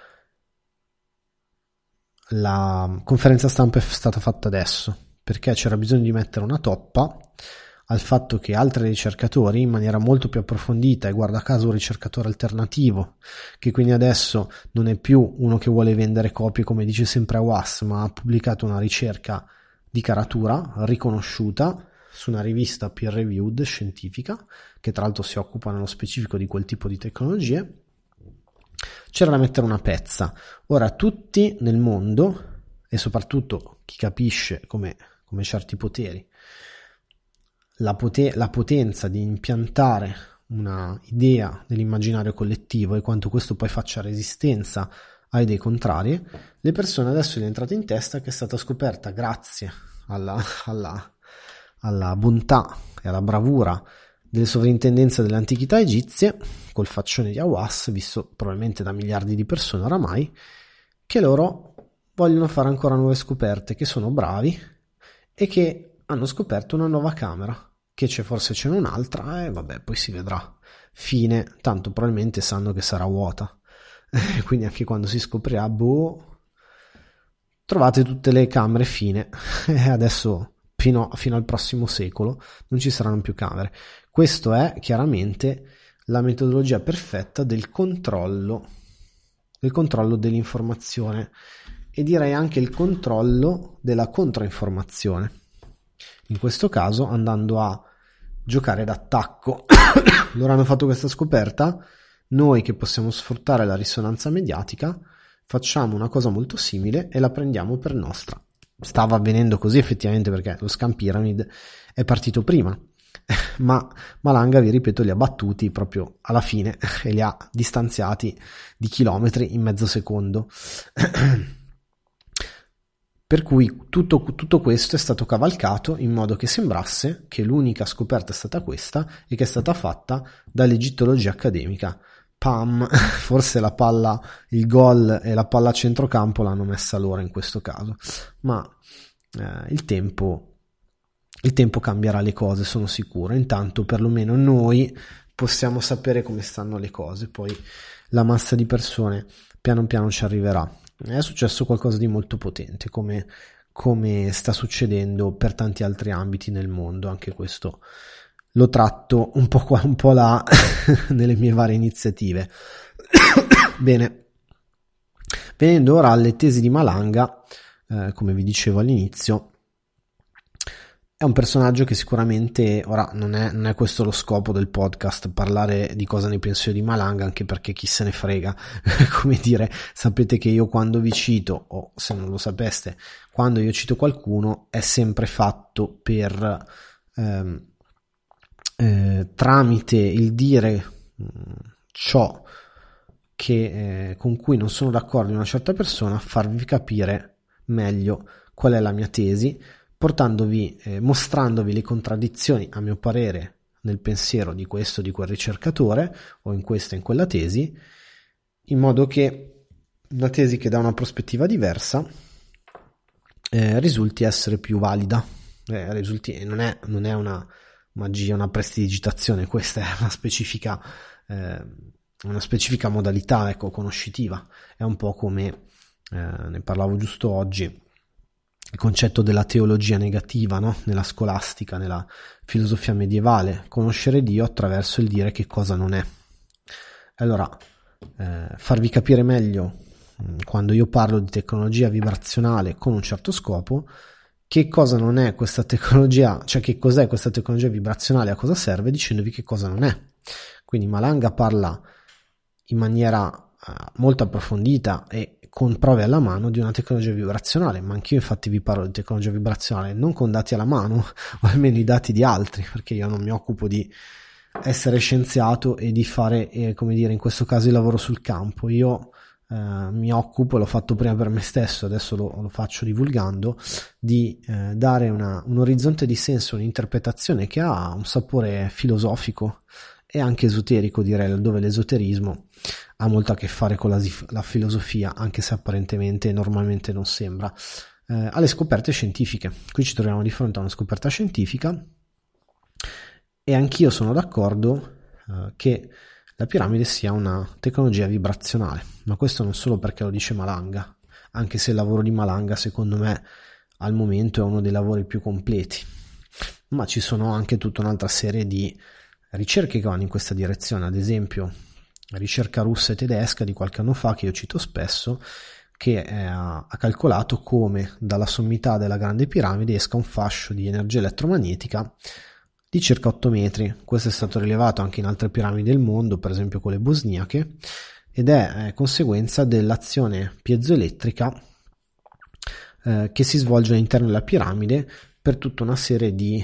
la conferenza stampa è stata fatta adesso, perché c'era bisogno di mettere una toppa al fatto che altri ricercatori in maniera molto più approfondita, e guarda caso un ricercatore alternativo, che quindi adesso non è più uno che vuole vendere copie come dice sempre Hawass, ma ha pubblicato una ricerca di caratura riconosciuta su una rivista peer reviewed scientifica, che tra l'altro si occupa nello specifico di quel tipo di tecnologie. C'era da mettere una pezza. Ora tutti nel mondo e soprattutto chi capisce come certi poteri, la potenza di impiantare una idea nell'immaginario collettivo e quanto questo poi faccia resistenza a idee contrarie, le persone adesso gli è entrato in testa che è stata scoperta grazie alla bontà e alla bravura delle sovrintendenze delle antichità egizie, col faccione di Hawass, visto probabilmente da miliardi di persone oramai, che loro vogliono fare ancora nuove scoperte, che sono bravi e che hanno scoperto una nuova camera, che forse c'è un'altra e vabbè, poi si vedrà. Fine, tanto probabilmente sanno che sarà vuota. Quindi anche quando si scoprirà, trovate tutte le camere fine. E adesso fino al prossimo secolo non ci saranno più camere. Questo è chiaramente la metodologia perfetta del controllo dell'informazione e direi anche il controllo della controinformazione. In questo caso andando a giocare d'attacco. Loro hanno fatto questa scoperta, noi che possiamo sfruttare la risonanza mediatica facciamo una cosa molto simile e la prendiamo per nostra. Stava avvenendo così effettivamente perché lo scam pyramid è partito prima, ma Malanga, vi ripeto, li ha battuti proprio alla fine e li ha distanziati di chilometri in mezzo secondo. Per cui tutto questo è stato cavalcato in modo che sembrasse che l'unica scoperta è stata questa e che è stata fatta dall'egittologia accademica. Pam, forse la palla, il gol e la palla a centrocampo l'hanno messa loro in questo caso, ma il tempo cambierà le cose, sono sicuro. Intanto perlomeno noi possiamo sapere come stanno le cose, poi la massa di persone piano piano ci arriverà. È successo qualcosa di molto potente, come sta succedendo per tanti altri ambiti nel mondo. Anche questo lo tratto un po' qua, un po' là nelle mie varie iniziative. Bene, venendo ora alle tesi di Malanga, come vi dicevo all'inizio, è un personaggio che sicuramente, ora non è questo lo scopo del podcast, parlare di cosa ne penso io di Malanga, anche perché chi se ne frega, come dire, sapete che io quando vi cito, o se non lo sapeste, quando io cito qualcuno è sempre fatto per tramite il dire ciò che con cui non sono d'accordo di una certa persona, farvi capire meglio qual è la mia tesi, mostrandovi le contraddizioni, a mio parere, nel pensiero di questo o di quel ricercatore, o in questa e in quella tesi, in modo che una tesi che dà una prospettiva diversa risulti essere più valida, non è una magia, una prestidigitazione, questa è una specifica modalità, conoscitiva. È un po' come ne parlavo giusto oggi, il concetto della teologia negativa, no? Nella scolastica, nella filosofia medievale, conoscere Dio attraverso il dire che cosa non è. Allora, farvi capire meglio, quando io parlo di tecnologia vibrazionale con un certo scopo, che cosa non è questa tecnologia, cioè che cos'è questa tecnologia vibrazionale, a cosa serve, dicendovi che cosa non è. Quindi Malanga parla in maniera molto approfondita e con prove alla mano di una tecnologia vibrazionale, ma anch'io infatti vi parlo di tecnologia vibrazionale non con dati alla mano, o almeno i dati di altri, perché io non mi occupo di essere scienziato e di fare, come dire, in questo caso il lavoro sul campo. Io mi occupo, l'ho fatto prima per me stesso, adesso lo faccio divulgando, di dare un orizzonte di senso, un'interpretazione che ha un sapore filosofico e anche esoterico, direi, dove l'esoterismo ha molto a che fare con la filosofia, anche se apparentemente normalmente non sembra, alle scoperte scientifiche. Qui ci troviamo di fronte a una scoperta scientifica e anch'io sono d'accordo che la piramide sia una tecnologia vibrazionale, ma questo non solo perché lo dice Malanga, anche se il lavoro di Malanga secondo me al momento è uno dei lavori più completi, ma ci sono anche tutta un'altra serie di ricerche che vanno in questa direzione. Ad esempio la ricerca russa e tedesca di qualche anno fa, che io cito spesso, che ha calcolato come dalla sommità della grande piramide esca un fascio di energia elettromagnetica di circa 8 metri. Questo è stato rilevato anche in altre piramidi del mondo, per esempio quelle bosniache, ed è conseguenza dell'azione piezoelettrica che si svolge all'interno della piramide per tutta una serie di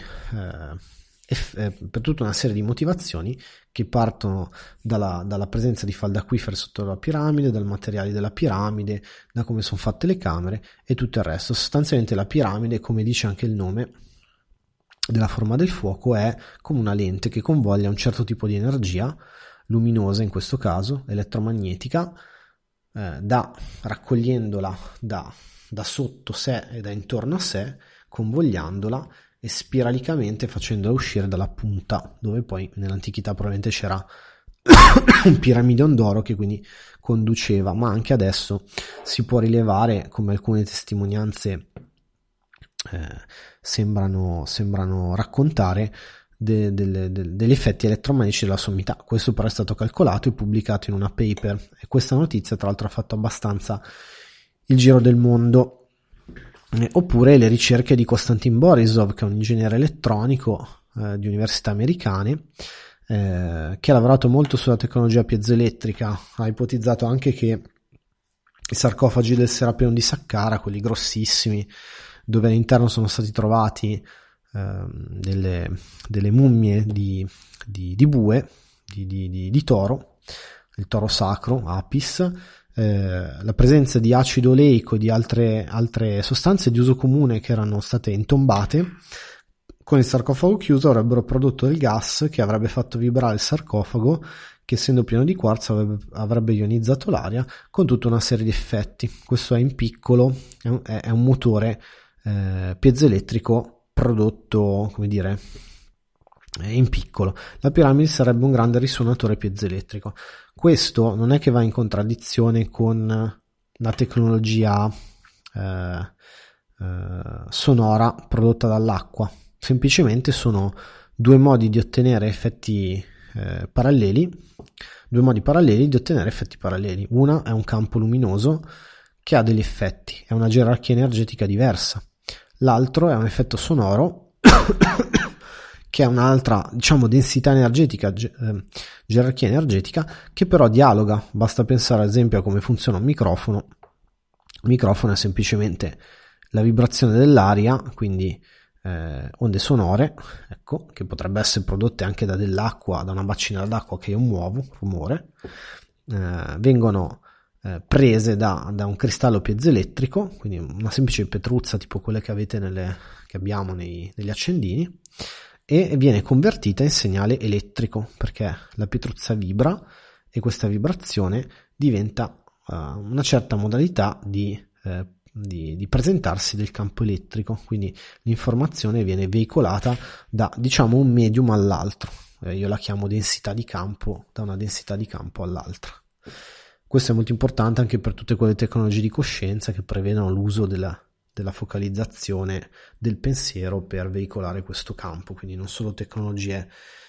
motivazioni che partono dalla presenza di falde acquifere sotto la piramide, dal materiale della piramide, da come sono fatte le camere e tutto il resto. Sostanzialmente la piramide, come dice anche il nome della forma del fuoco, è come una lente che convoglia un certo tipo di energia luminosa, in questo caso elettromagnetica, raccogliendola da sotto sé e da intorno a sé, convogliandola e spiralicamente facendola uscire dalla punta, dove poi nell'antichità probabilmente c'era un piramidon d'oro che quindi conduceva, ma anche adesso si può rilevare, come alcune testimonianze sembrano raccontare, degli effetti elettromagnetici della sommità. Questo però è stato calcolato e pubblicato in una paper, e questa notizia tra l'altro ha fatto abbastanza il giro del mondo. Oppure le ricerche di Konstantin Borisov, che è un ingegnere elettronico di università americane, che ha lavorato molto sulla tecnologia piezoelettrica. Ha ipotizzato anche che i sarcofagi del Serapeion di Saqqara, quelli grossissimi, dove all'interno sono stati trovati delle mummie di bue, di toro, il toro sacro, Apis, la presenza di acido oleico e di altre sostanze di uso comune che erano state intombate, con il sarcofago chiuso avrebbero prodotto del gas che avrebbe fatto vibrare il sarcofago, che essendo pieno di quarzo avrebbe ionizzato l'aria, con tutta una serie di effetti. Questo è in piccolo, è un motore piezoelettrico prodotto, come dire, in piccolo. La piramide sarebbe un grande risuonatore piezoelettrico. Questo non è che va in contraddizione con la tecnologia sonora prodotta dall'acqua, semplicemente sono due modi di ottenere effetti paralleli, due modi paralleli di ottenere effetti paralleli. Una è un campo luminoso che ha degli effetti, è una gerarchia energetica diversa. L'altro è un effetto sonoro che è un'altra, diciamo, densità energetica, gerarchia energetica, che però dialoga. Basta pensare ad esempio a come funziona un microfono. Il microfono è semplicemente la vibrazione dell'aria, quindi onde sonore, ecco, che potrebbe essere prodotte anche da dell'acqua, da una bacina d'acqua che io muovo, rumore, vengono prese da un cristallo piezoelettrico, quindi una semplice petruzza tipo quelle che avete che abbiamo negli accendini, e viene convertita in segnale elettrico, perché la petruzza vibra e questa vibrazione diventa una certa modalità di presentarsi del campo elettrico, quindi l'informazione viene veicolata da, diciamo, un medium all'altro. Io la chiamo densità di campo, da una densità di campo all'altra. Questo è molto importante anche per tutte quelle tecnologie di coscienza che prevedono l'uso della focalizzazione del pensiero per veicolare questo campo, quindi non solo tecnologie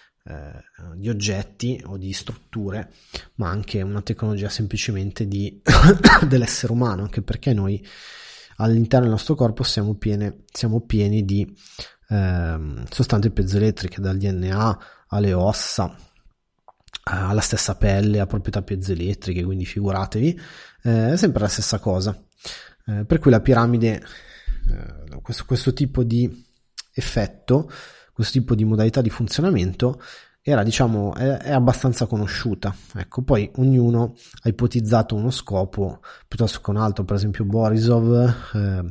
di oggetti o di strutture, ma anche una tecnologia semplicemente dell'essere umano, anche perché noi all'interno del nostro corpo siamo pieni di sostanze piezoelettriche, dal DNA alle ossa, alla stessa pelle, a proprietà piezoelettriche, quindi figuratevi, è sempre la stessa cosa. Per cui la piramide, questo tipo di effetto, questo tipo di modalità di funzionamento era, diciamo, è abbastanza conosciuta. Ecco, poi ognuno ha ipotizzato uno scopo piuttosto che un altro. Per esempio Borisov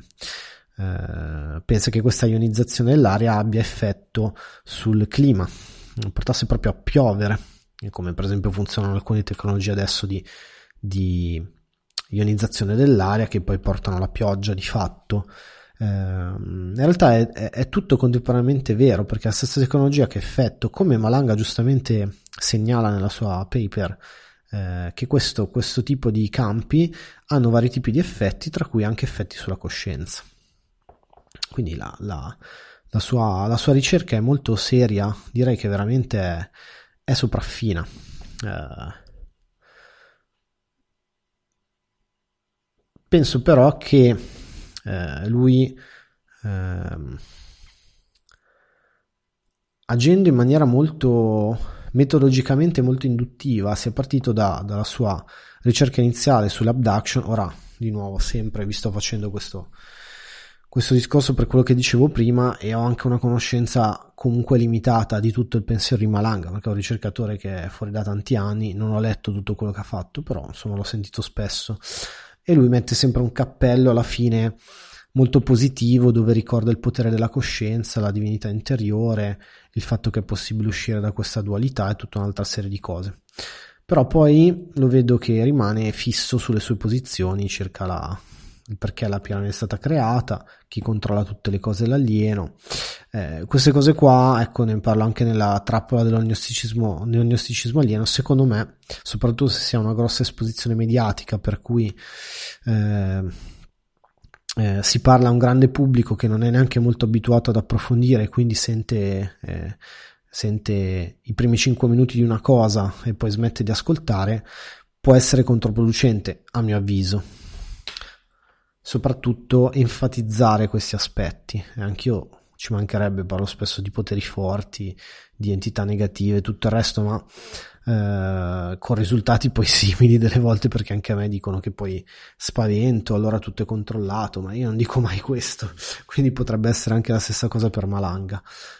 pensa che questa ionizzazione dell'aria abbia effetto sul clima, portasse proprio a piovere, come per esempio funzionano alcune tecnologie adesso di ionizzazione dell'aria che poi portano alla pioggia di fatto. In realtà è tutto contemporaneamente vero, perché è la stessa tecnologia che effetto, come Malanga giustamente segnala nella sua paper, che questo tipo di campi hanno vari tipi di effetti, tra cui anche effetti sulla coscienza. Quindi la sua ricerca è molto seria, direi che veramente è sopraffina. Penso però che lui, agendo in maniera molto metodologicamente molto induttiva, sia partito dalla sua ricerca iniziale sull'abduction. Ora, di nuovo, sempre vi sto facendo questo questo discorso per quello che dicevo prima, e ho anche una conoscenza comunque limitata di tutto il pensiero di Malanga, perché è un ricercatore che è fuori da tanti anni, non ho letto tutto quello che ha fatto, però insomma l'ho sentito spesso, e lui mette sempre un cappello alla fine molto positivo, dove ricorda il potere della coscienza, la divinità interiore, il fatto che è possibile uscire da questa dualità e tutta un'altra serie di cose. Però poi lo vedo che rimane fisso sulle sue posizioni circa il perché la piramide è stata creata, chi controlla tutte le cose dell'alieno. Queste cose qua, ecco, ne parlo anche nella trappola dell'ognosticismo alieno. Secondo me, soprattutto se si ha una grossa esposizione mediatica, per cui si parla a un grande pubblico che non è neanche molto abituato ad approfondire, quindi sente i primi 5 minuti di una cosa e poi smette di ascoltare, può essere controproducente, a mio avviso. Soprattutto enfatizzare questi aspetti, e anch'io ci mancherebbe, parlo spesso di poteri forti, di entità negative e tutto il resto, ma con risultati poi simili delle volte, perché anche a me dicono che poi spavento, allora tutto è controllato, ma io non dico mai questo, quindi potrebbe essere anche la stessa cosa per Malanga.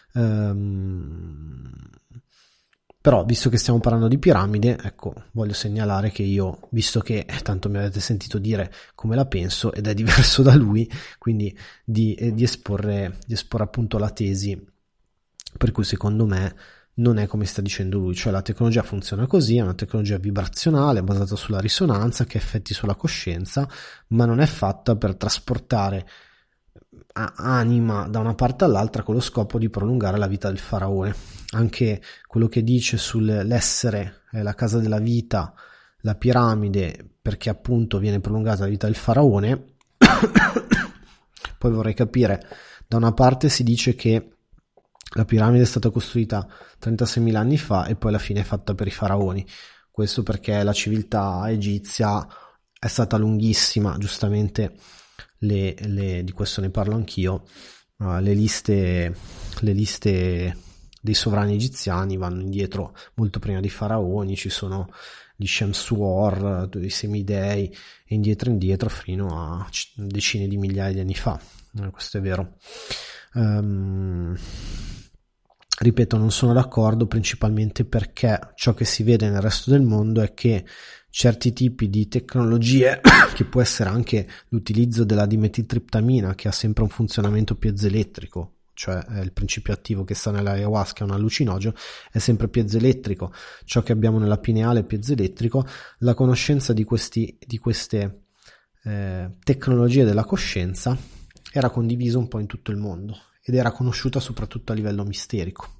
Però, visto che stiamo parlando di piramide, ecco, voglio segnalare che io, visto che tanto mi avete sentito dire come la penso ed è diverso da lui, quindi di esporre appunto la tesi per cui secondo me non è come sta dicendo lui, cioè la tecnologia funziona così, è una tecnologia vibrazionale basata sulla risonanza che ha effetti sulla coscienza, ma non è fatta per trasportare anima da una parte all'altra con lo scopo di prolungare la vita del faraone. Anche quello che dice sull'essere la casa della vita, la piramide, perché appunto viene prolungata la vita del faraone. Poi vorrei capire, da una parte si dice che la piramide è stata costruita 36.000 anni fa e poi alla fine è fatta per i faraoni, questo perché la civiltà egizia è stata lunghissima, giustamente di questo ne parlo anch'io. Le liste dei sovrani egiziani vanno indietro molto prima dei faraoni, ci sono gli Shemsuor, i semidei, e indietro fino a decine di migliaia di anni fa. Questo è vero. Ripeto, non sono d'accordo, principalmente perché ciò che si vede nel resto del mondo è che certi tipi di tecnologie, che può essere anche l'utilizzo della dimetiltriptamina, che ha sempre un funzionamento piezoelettrico, cioè è il principio attivo che sta nell'ayahuasca, è un allucinogeno, è sempre piezoelettrico, ciò che abbiamo nella pineale è piezoelettrico. La conoscenza di queste tecnologie della coscienza era condivisa un po' in tutto il mondo ed era conosciuta soprattutto a livello misterico.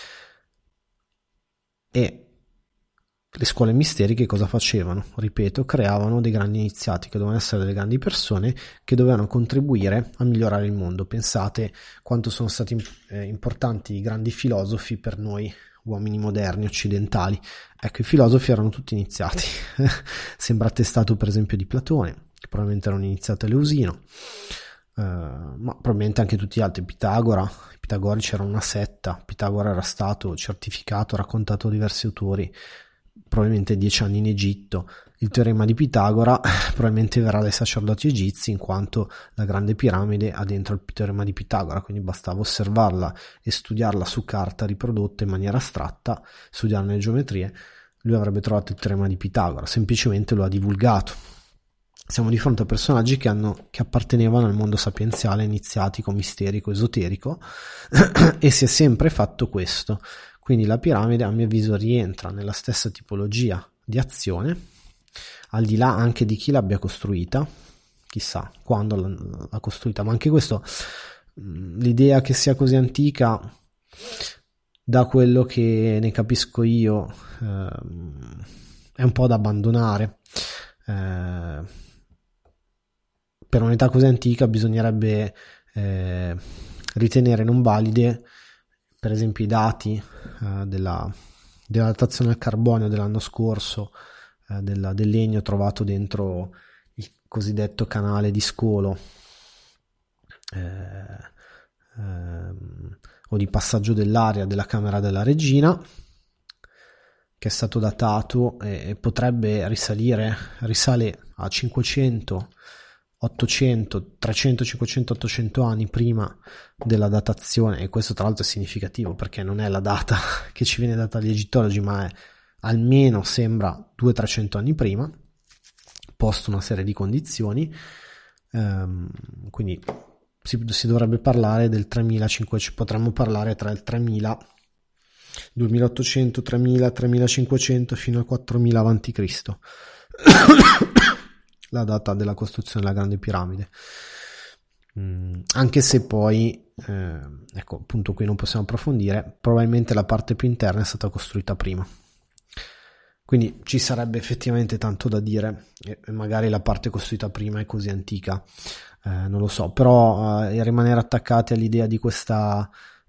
E le scuole misteriche cosa facevano? Ripeto, creavano dei grandi iniziati che dovevano essere delle grandi persone che dovevano contribuire a migliorare il mondo. Pensate quanto sono stati importanti i grandi filosofi per noi uomini moderni occidentali. Ecco, i filosofi erano tutti iniziati. Sembra attestato per esempio di Platone, che probabilmente era un iniziato eleusino, ma probabilmente anche tutti gli altri. Pitagora, i pitagorici erano una setta. Pitagora era stato certificato, raccontato da diversi autori, probabilmente 10 anni in Egitto. Il teorema di Pitagora probabilmente verrà dai sacerdoti egizi, in quanto la grande piramide ha dentro il teorema di Pitagora, quindi bastava osservarla e studiarla su carta riprodotta in maniera astratta, studiarne le geometrie, lui avrebbe trovato il teorema di Pitagora, semplicemente lo ha divulgato. Siamo di fronte a personaggi che appartenevano al mondo sapienziale, iniziatico, misterico, esoterico, e si è sempre fatto questo. Quindi la piramide, a mio avviso, rientra nella stessa tipologia di azione, al di là anche di chi l'abbia costruita, chissà quando l'ha costruita, ma anche questo, l'idea che sia così antica, da quello che ne capisco io, è un po' da abbandonare. Per un'età così antica bisognerebbe ritenere non valide, per esempio, i dati della datazione al carbonio dell'anno scorso, del legno trovato dentro il cosiddetto canale di Scolo, o di passaggio dell'aria della Camera della Regina, che è stato datato e risale a 500 800, 300, 500, 800 anni prima della datazione, e questo tra l'altro è significativo perché non è la data che ci viene data dagli egittologi, ma è almeno, sembra, 200-300 anni prima, posto una serie di condizioni, quindi si dovrebbe parlare del 3500, potremmo parlare tra il 3000, 2800, 3000, 3500 fino al 4000 avanti Cristo, la data della costruzione della Grande Piramide. Anche se poi, ecco, appunto qui non possiamo approfondire, probabilmente la parte più interna è stata costruita prima. Quindi ci sarebbe effettivamente tanto da dire, e magari la parte costruita prima è così antica, non lo so, però rimanere attaccati all'idea di questa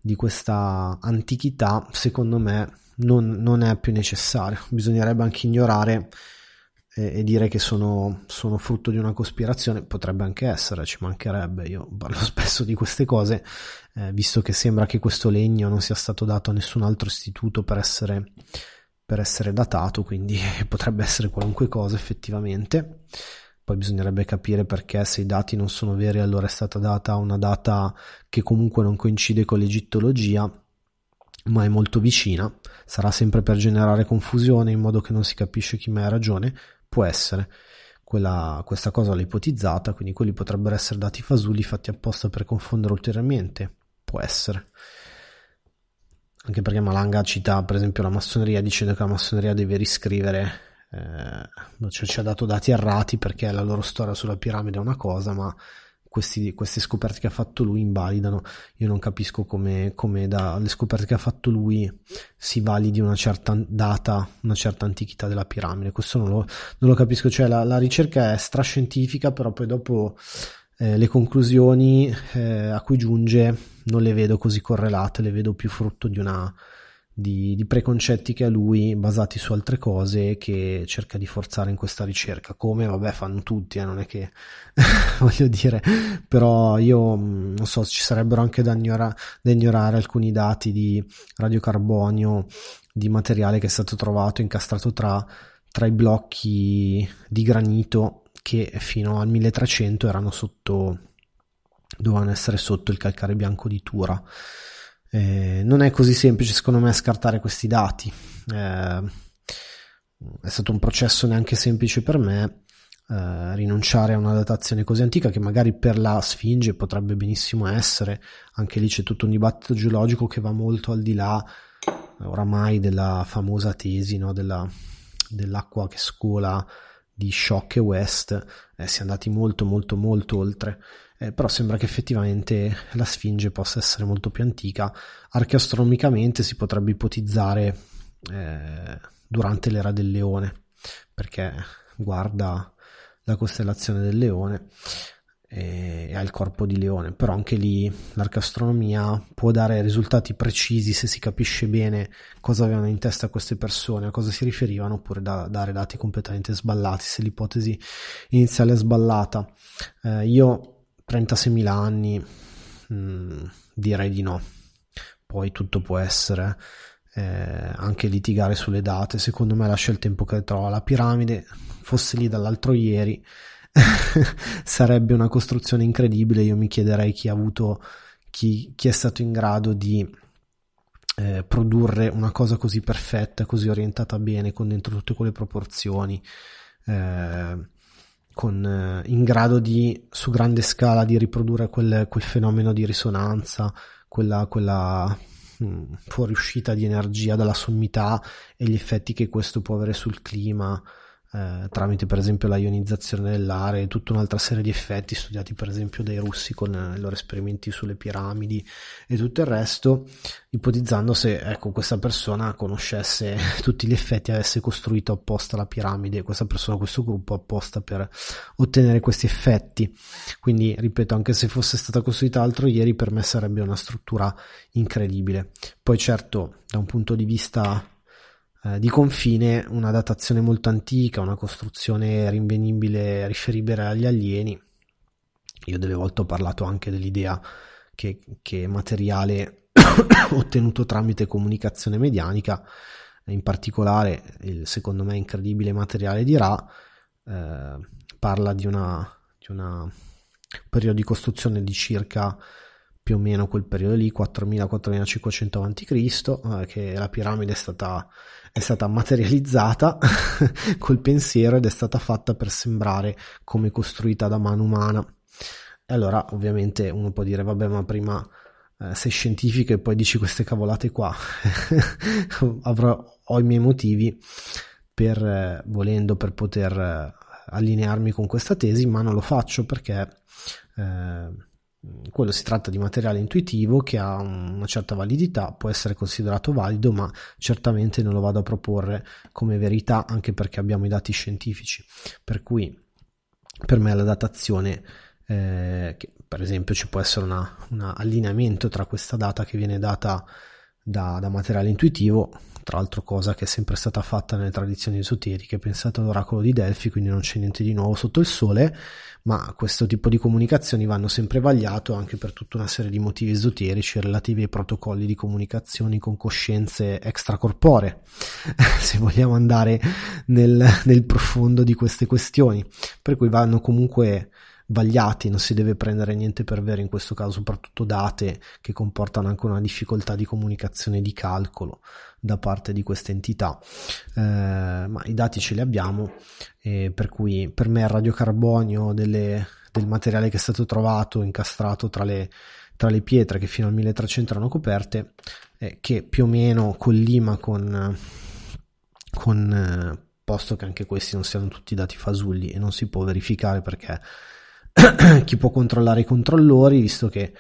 antichità, secondo me, non è più necessario. Bisognerebbe anche ignorare e dire che sono frutto di una cospirazione. Potrebbe anche essere, ci mancherebbe, io parlo spesso di queste cose, visto che sembra che questo legno non sia stato dato a nessun altro istituto per essere datato, quindi potrebbe essere qualunque cosa effettivamente. Poi bisognerebbe capire perché, se i dati non sono veri, allora è stata data una data che comunque non coincide con l'egittologia, ma è molto vicina. Sarà sempre per generare confusione in modo che non si capisce chi mai ha ragione? Può essere. Questa cosa l'ho ipotizzata, quindi quelli potrebbero essere dati fasulli fatti apposta per confondere ulteriormente. Può essere. Anche perché Malanga cita per esempio la massoneria, dicendo che la massoneria deve riscrivere, cioè ci ha dato dati errati perché la loro storia sulla piramide è una cosa, ma queste scoperte che ha fatto lui invalidano. Io non capisco come dalle scoperte che ha fatto lui si validi una certa data, una certa antichità della piramide. Questo non lo capisco, cioè la ricerca è strascientifica, però poi dopo le conclusioni a cui giunge non le vedo così correlate, le vedo più frutto di preconcetti che ha lui, basati su altre cose, che cerca di forzare in questa ricerca, come vabbè fanno tutti, non è che voglio dire, però io non so, ci sarebbero anche da ignorare alcuni dati di radiocarbonio, di materiale che è stato trovato incastrato tra i blocchi di granito che fino al 1300 dovevano essere sotto il calcare bianco di Tura. Non è così semplice secondo me scartare questi dati, è stato un processo neanche semplice per me rinunciare a una datazione così antica, che magari per la Sfinge potrebbe benissimo essere. Anche lì c'è tutto un dibattito geologico che va molto al di là oramai della famosa tesi, no, dell'acqua che scola di Schoch e West. Si è andati molto molto molto oltre, però sembra che effettivamente la Sfinge possa essere molto più antica. Archeoastronomicamente si potrebbe ipotizzare durante l'era del Leone, perché guarda la costellazione del Leone e ha il corpo di leone, però anche lì l'archeoastronomia può dare risultati precisi se si capisce bene cosa avevano in testa queste persone, a cosa si riferivano, oppure dare dati completamente sballati se l'ipotesi iniziale è sballata. Io 36.000 anni direi di no, poi tutto può essere, anche litigare sulle date. Secondo me lascia il tempo che trova. La piramide fosse lì dall'altro ieri sarebbe una costruzione incredibile. Io mi chiederei chi è stato in grado di produrre una cosa così perfetta, così orientata bene, con dentro tutte quelle proporzioni, in grado di, su grande scala, di riprodurre quel fenomeno di risonanza, quella fuoriuscita di energia dalla sommità e gli effetti che questo può avere sul clima, tramite per esempio la ionizzazione dell'aria e tutta un'altra serie di effetti studiati per esempio dai russi con i loro esperimenti sulle piramidi e tutto il resto, ipotizzando se, ecco, questa persona conoscesse tutti gli effetti, avesse costruito apposta la piramide, questo gruppo apposta per ottenere questi effetti. Quindi ripeto, anche se fosse stata costruita l'altro ieri, per me sarebbe una struttura incredibile. Poi certo, da un punto di vista di confine, una datazione molto antica, una costruzione rinvenibile, riferibile agli alieni. Io delle volte ho parlato anche dell'idea che materiale ottenuto tramite comunicazione medianica, in particolare il secondo me incredibile materiale di Ra, parla di un periodo di costruzione di circa più o meno quel periodo lì, 4000-4500 a.C., che la piramide è stata materializzata col pensiero ed è stata fatta per sembrare come costruita da mano umana. E allora ovviamente uno può dire vabbè, ma prima sei scientifico e poi dici queste cavolate qua. Ho i miei motivi volendo per poter allinearmi con questa tesi, ma non lo faccio perché quello si tratta di materiale intuitivo che ha una certa validità, può essere considerato valido, ma certamente non lo vado a proporre come verità, anche perché abbiamo i dati scientifici. Per cui per me la datazione, che per esempio ci può essere un allineamento tra questa data che viene data da materiale intuitivo, tra l'altro cosa che è sempre stata fatta nelle tradizioni esoteriche. Pensate all'oracolo di Delfi, quindi non c'è niente di nuovo sotto il sole, ma questo tipo di comunicazioni vanno sempre vagliato anche per tutta una serie di motivi esoterici relativi ai protocolli di comunicazioni con coscienze extracorporee, se vogliamo andare nel profondo di queste questioni, per cui vanno comunque vagliati, non si deve prendere niente per vero, in questo caso soprattutto date che comportano anche una difficoltà di comunicazione e di calcolo da parte di queste entità, ma i dati ce li abbiamo, per cui per me il radiocarbonio del materiale che è stato trovato incastrato tra le pietre che fino al 1300 erano coperte, che più o meno collima con posto che anche questi non siano tutti dati fasulli e non si può verificare perché chi può controllare i controllori, visto che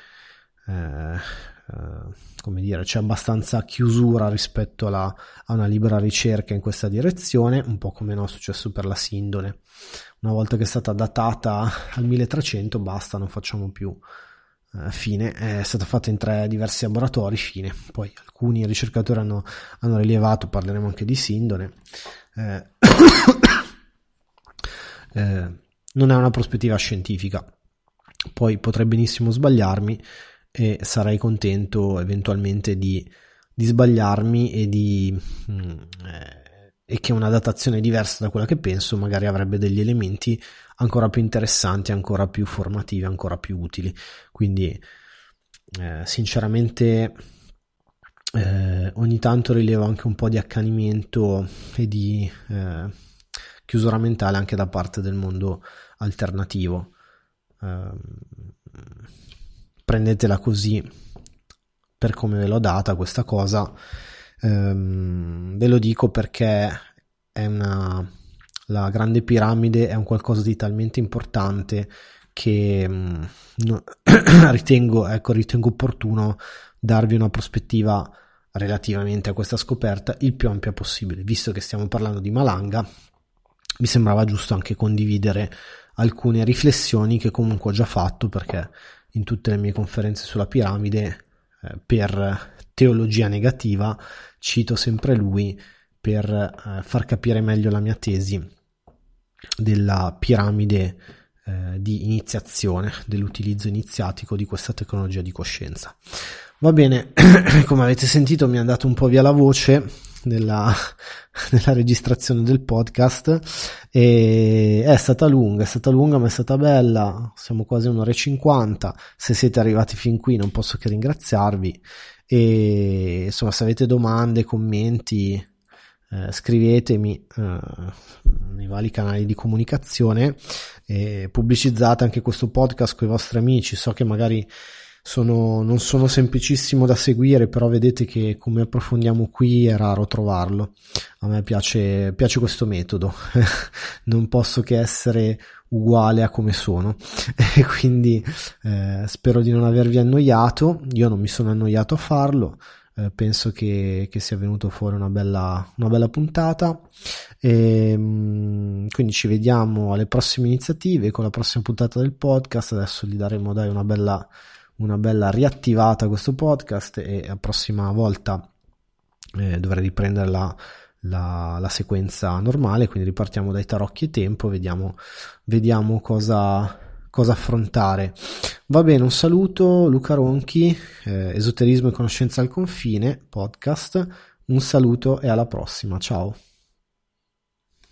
come dire, c'è abbastanza chiusura rispetto a una libera ricerca in questa direzione, un po' come è successo per la Sindone. Una volta che è stata datata al 1300 basta, non facciamo più, fine. È stata fatta in 3 diversi laboratori, fine. Poi alcuni ricercatori hanno rilevato, parleremo anche di Sindone, non è una prospettiva scientifica. Poi potrei benissimo sbagliarmi e sarei contento eventualmente di sbagliarmi e che una datazione diversa da quella che penso magari avrebbe degli elementi ancora più interessanti, ancora più formativi, ancora più utili. Quindi sinceramente ogni tanto rilevo anche un po' di accanimento e di chiusura mentale anche da parte del mondo alternativo. Prendetela così per come ve l'ho data questa cosa, ve lo dico perché la grande piramide è un qualcosa di talmente importante che ritengo opportuno darvi una prospettiva relativamente a questa scoperta il più ampia possibile. Visto che stiamo parlando di Malanga, mi sembrava giusto anche condividere alcune riflessioni che comunque ho già fatto, perché in tutte le mie conferenze sulla piramide, per teologia negativa, cito sempre lui per far capire meglio la mia tesi della piramide di iniziazione, dell'utilizzo iniziatico di questa tecnologia di coscienza. Va bene, come avete sentito mi è andata un po' via la voce nella registrazione del podcast e è stata lunga ma è stata bella. Siamo quasi 1:50. Se siete arrivati fin qui non posso che ringraziarvi e insomma, se avete domande, commenti, scrivetemi nei vari canali di comunicazione, pubblicizzate anche questo podcast con i vostri amici. So che magari non sono semplicissimo da seguire, però vedete che come approfondiamo qui è raro trovarlo. A me piace questo metodo non posso che essere uguale a come sono e quindi spero di non avervi annoiato. Io non mi sono annoiato a farlo, penso che sia venuto fuori una bella puntata e quindi ci vediamo alle prossime iniziative con la prossima puntata del podcast. Adesso gli daremo una bella riattivata a questo podcast e la prossima volta dovrei riprendere la sequenza normale, quindi ripartiamo dai tarocchi e tempo, vediamo cosa affrontare. Va bene, un saluto, Luca Ronchi, Esoterismo e conoscenza al confine podcast, un saluto e alla prossima, ciao.